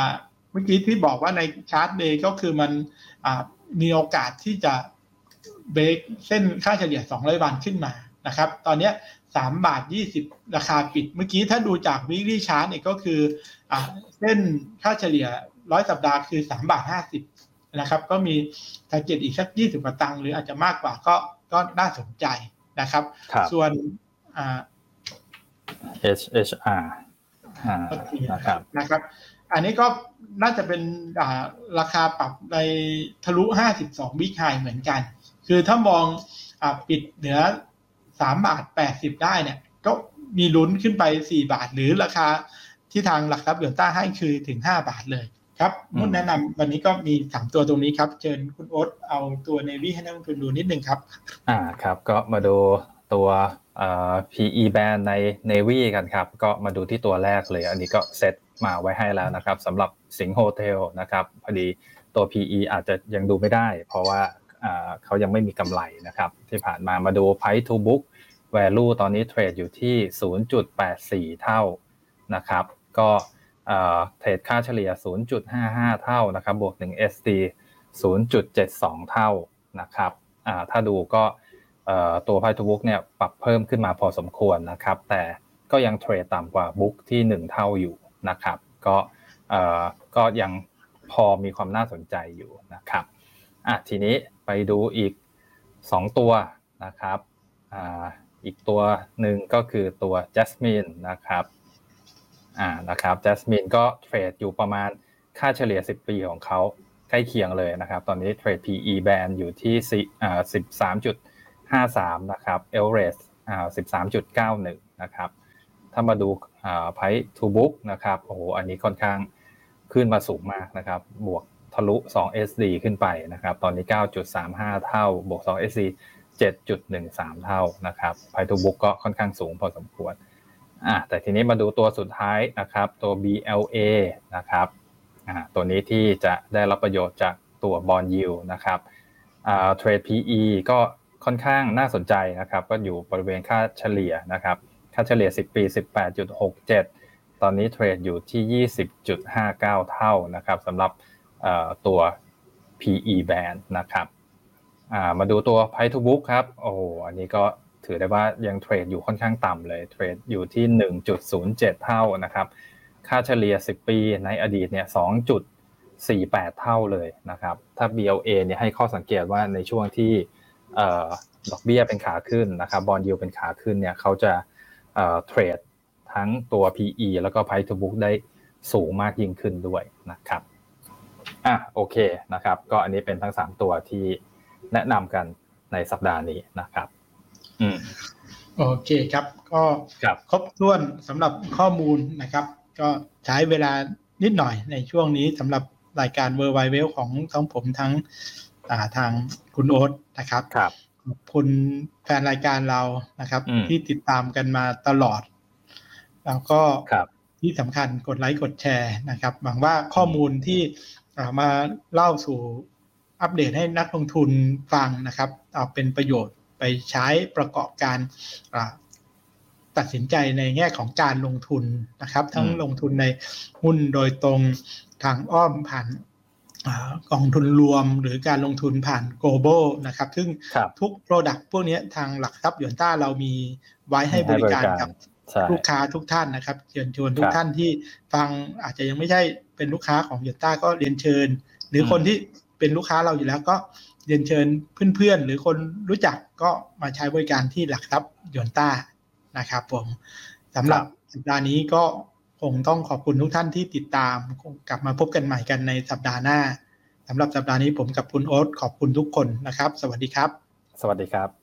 เมื่อกี้ที่บอกว่าในชาร์ตเดย์ก็คือมันมีโอกาสที่จะเบรกเส้นค่าเฉลี่ยสองร้อยวันขึ้นมานะครับตอนนี้สามบาทยี่สิบราคาปิดเมื่อกี้ถ้าดูจาก weekly chart เนี่ยก็คืออ่าเส้นค่าเฉลี่ยร้อยสัปดาห์คือสามบาทห้าสิบนะครับก็มีทาร์เก็ตอีกสักยี่สิบกว่าตังค์หรืออาจจะมากกว่าก็ก็น่าสนใจนะครับส่วนอ่าเอช เอช อาร์ อ่านะครับนะครับอันนี้ก็น่าจะเป็นอ่าราคาปรับในทะลุห้าสิบสองบิ๊กไฮเหมือนกันคือถ้ามองอ่าปิดเหนือสามบาทแปดสิบได้เนี่ยก็มีลุ้นขึ้นไปสี่บาทหรือราคาที่ทางหลักทรัพย์หยวนต้าให้คือถึงห้าบาทเลยครับมุ่นแนะนำวันนี้ก็มีสามตัวตรงนี้ครับเชิญคุณโอ๊ตเอาตัว Navy ให้นักลงทุนดูนิดนึงครับอ่าครับก็มาดูตัวเอ่อ พี อี band ใน Navy กันครับก็มาดูที่ตัวแรกเลยอันนี้ก็เซตมาไว้ให้แล้วนะครับสำหรับสิงห์โฮเทลนะครับพอดีตัว พี อี อาจจะยังดูไม่ได้เพราะว่าอ่าเขายังไม่มีกำไรนะครับที่ผ่านมามาดู Price to Book Value ตอนนี้เทรดอยู่ที่ ศูนย์จุดแปดสี่ เท่านะครับก็เอ่อเทรดค่าเฉลี่ย ศูนย์จุดห้าห้า เท่านะครับบวกหนึ่ง เอส ดี ศูนย์จุดเจ็ดสอง เท่านะครับอ่าถ้าดูก็เอ่อตัว Price to Book เนี่ยปรับเพิ่มขึ้นมาพอสมควรนะครับแต่ก็ยังเทรดต่ำกว่า Book ที่หนึ่งเท่าอยู่นะครับก็เอ่อก็ยังพอมีความน่าสนใจอยู่นะครับอ่ะทีนี้ไปดูอีกสองตัวนะครับอ่าอีกตัวหนึ่งก็คือตัว Jasmine นะครับอ่านะครับ Jasmine ก็เทรดอยู่ประมาณค่าเฉลี่ยสิบปีของเขาใกล้เคียงเลยนะครับตอนนี้เทรด พี อี band อยู่ที่อ่า สิบสามจุดห้าสาม นะครับ average อ่า สิบสามจุดเก้าหนึ่ง นะครับถ้ามาดูอ่า Price to Book นะครับโอ้โหอันนี้ค่อนข้างขึ้นมาสูงมากนะครับบวกทะลุสอง เอส ดี ขึ้นไปนะครับตอนนี้ เก้าจุดสามห้า เท่าบวกสอง เอส ดี เจ็ดจุดหนึ่งสาม เท่านะครับ Price to Book ก็ค่อนข้างสูงพอสมควรอ่ะแต่ทีนี้มาดูตัวสุดท้ายนะครับตัว บี แอล เอ นะครับอ่าตัวนี้ที่จะได้รับประโยชน์จากตัว Bond Yield นะครับอ่าเทรด พี อี ก็ค่อนข้างน่าสนใจนะครับก็อยู่บริเวณค่าเฉลี่ยนะครับค่าเฉลี่ยสิบปี สิบแปดจุดหกเจ็ด ตอนนี้เทรดอยู่ที่ ยี่สิบจุดห้าเก้า เท่านะครับสำหรับเอ่อตัว พี อี band นะครับอ่ามาดูตัว Price to Book ครับโอ้โหอันนี้ก็ถือได้ว่ายังเทรดอยู่ค่อนข้างต่ำเลยเทรดอยู่ที่ หนึ่งจุดศูนย์เจ็ด เท่านะครับค่าเฉลี่ยสิบปีในอดีตเนี่ย สองจุดสี่แปด เท่าเลยนะครับถ้า บี แอล เอ เนี่ยให้ข้อสังเกตว่าในช่วงที่เอ่อดอกเบี้ยเป็นขาขึ้นนะครับ Bond Yield เป็นขาขึ้นเนี่ยเขาจะเอ่อเทรดทั้งตัว พี อี แล้วก็ Price to Book ได้สูงมากยิ่งขึ้นด้วยนะครับอ่ะโอเคนะครับก็อันนี้เป็นทั้งสามตัวที่แนะนำกันในสัปดาห์นี้นะครับอืมโอเคครับก็ครบถ้วนสำหรับข้อมูลนะครับก็ใช้เวลานิดหน่อยในช่วงนี้สำหรับรายการ World Wide Web ของทั้งผมทั้งอ่าทางคุณโอ๊ตนะครับครับขอบคุณแฟนรายการเรานะครับที่ติดตามกันมาตลอดแล้วก็ที่สำคัญกดไลค์กดแชร์นะครับหวังว่าข้อมูลที่มาเล่าสู่อัปเดตให้นักลงทุนฟังนะครับเอาเป็นประโยชน์ไปใช้ประกอบการตัดสินใจในแง่ของการลงทุนนะครับทั้งลงทุนในหุ้นโดยตรงทางอ้อมผ่านกองทุนรวมหรือการลงทุนผ่าน global นะครับซึ่งทุก product พวกนี้ทางหลักทรัพย์หยวนต้าเรามีไว้ให้บริการกับลูกค้าทุกท่านนะครับเชิญชวนทุกท่านที่ฟังอาจจะยังไม่ใช่เป็นลูกค้าของหยวนต้าก็เรียนเชิญหรือคนที่เป็นลูกค้าเราอยู่แล้วก็เรียนเชิญเพื่อนๆหรือคนรู้จักก็มาใช้บริการที่หลักทรัพย์หยวนต้านะครับผมสำหรับสัปดาห์นี้ก็คงต้องขอบคุณทุกท่านที่ติดตามคงกลับมาพบกันใหม่กันในสัปดาห์หน้าสำหรับสัปดาห์นี้ผมกับคุณโอ๊ตขอบคุณทุกคนนะครับสวัสดีครับสวัสดีครับ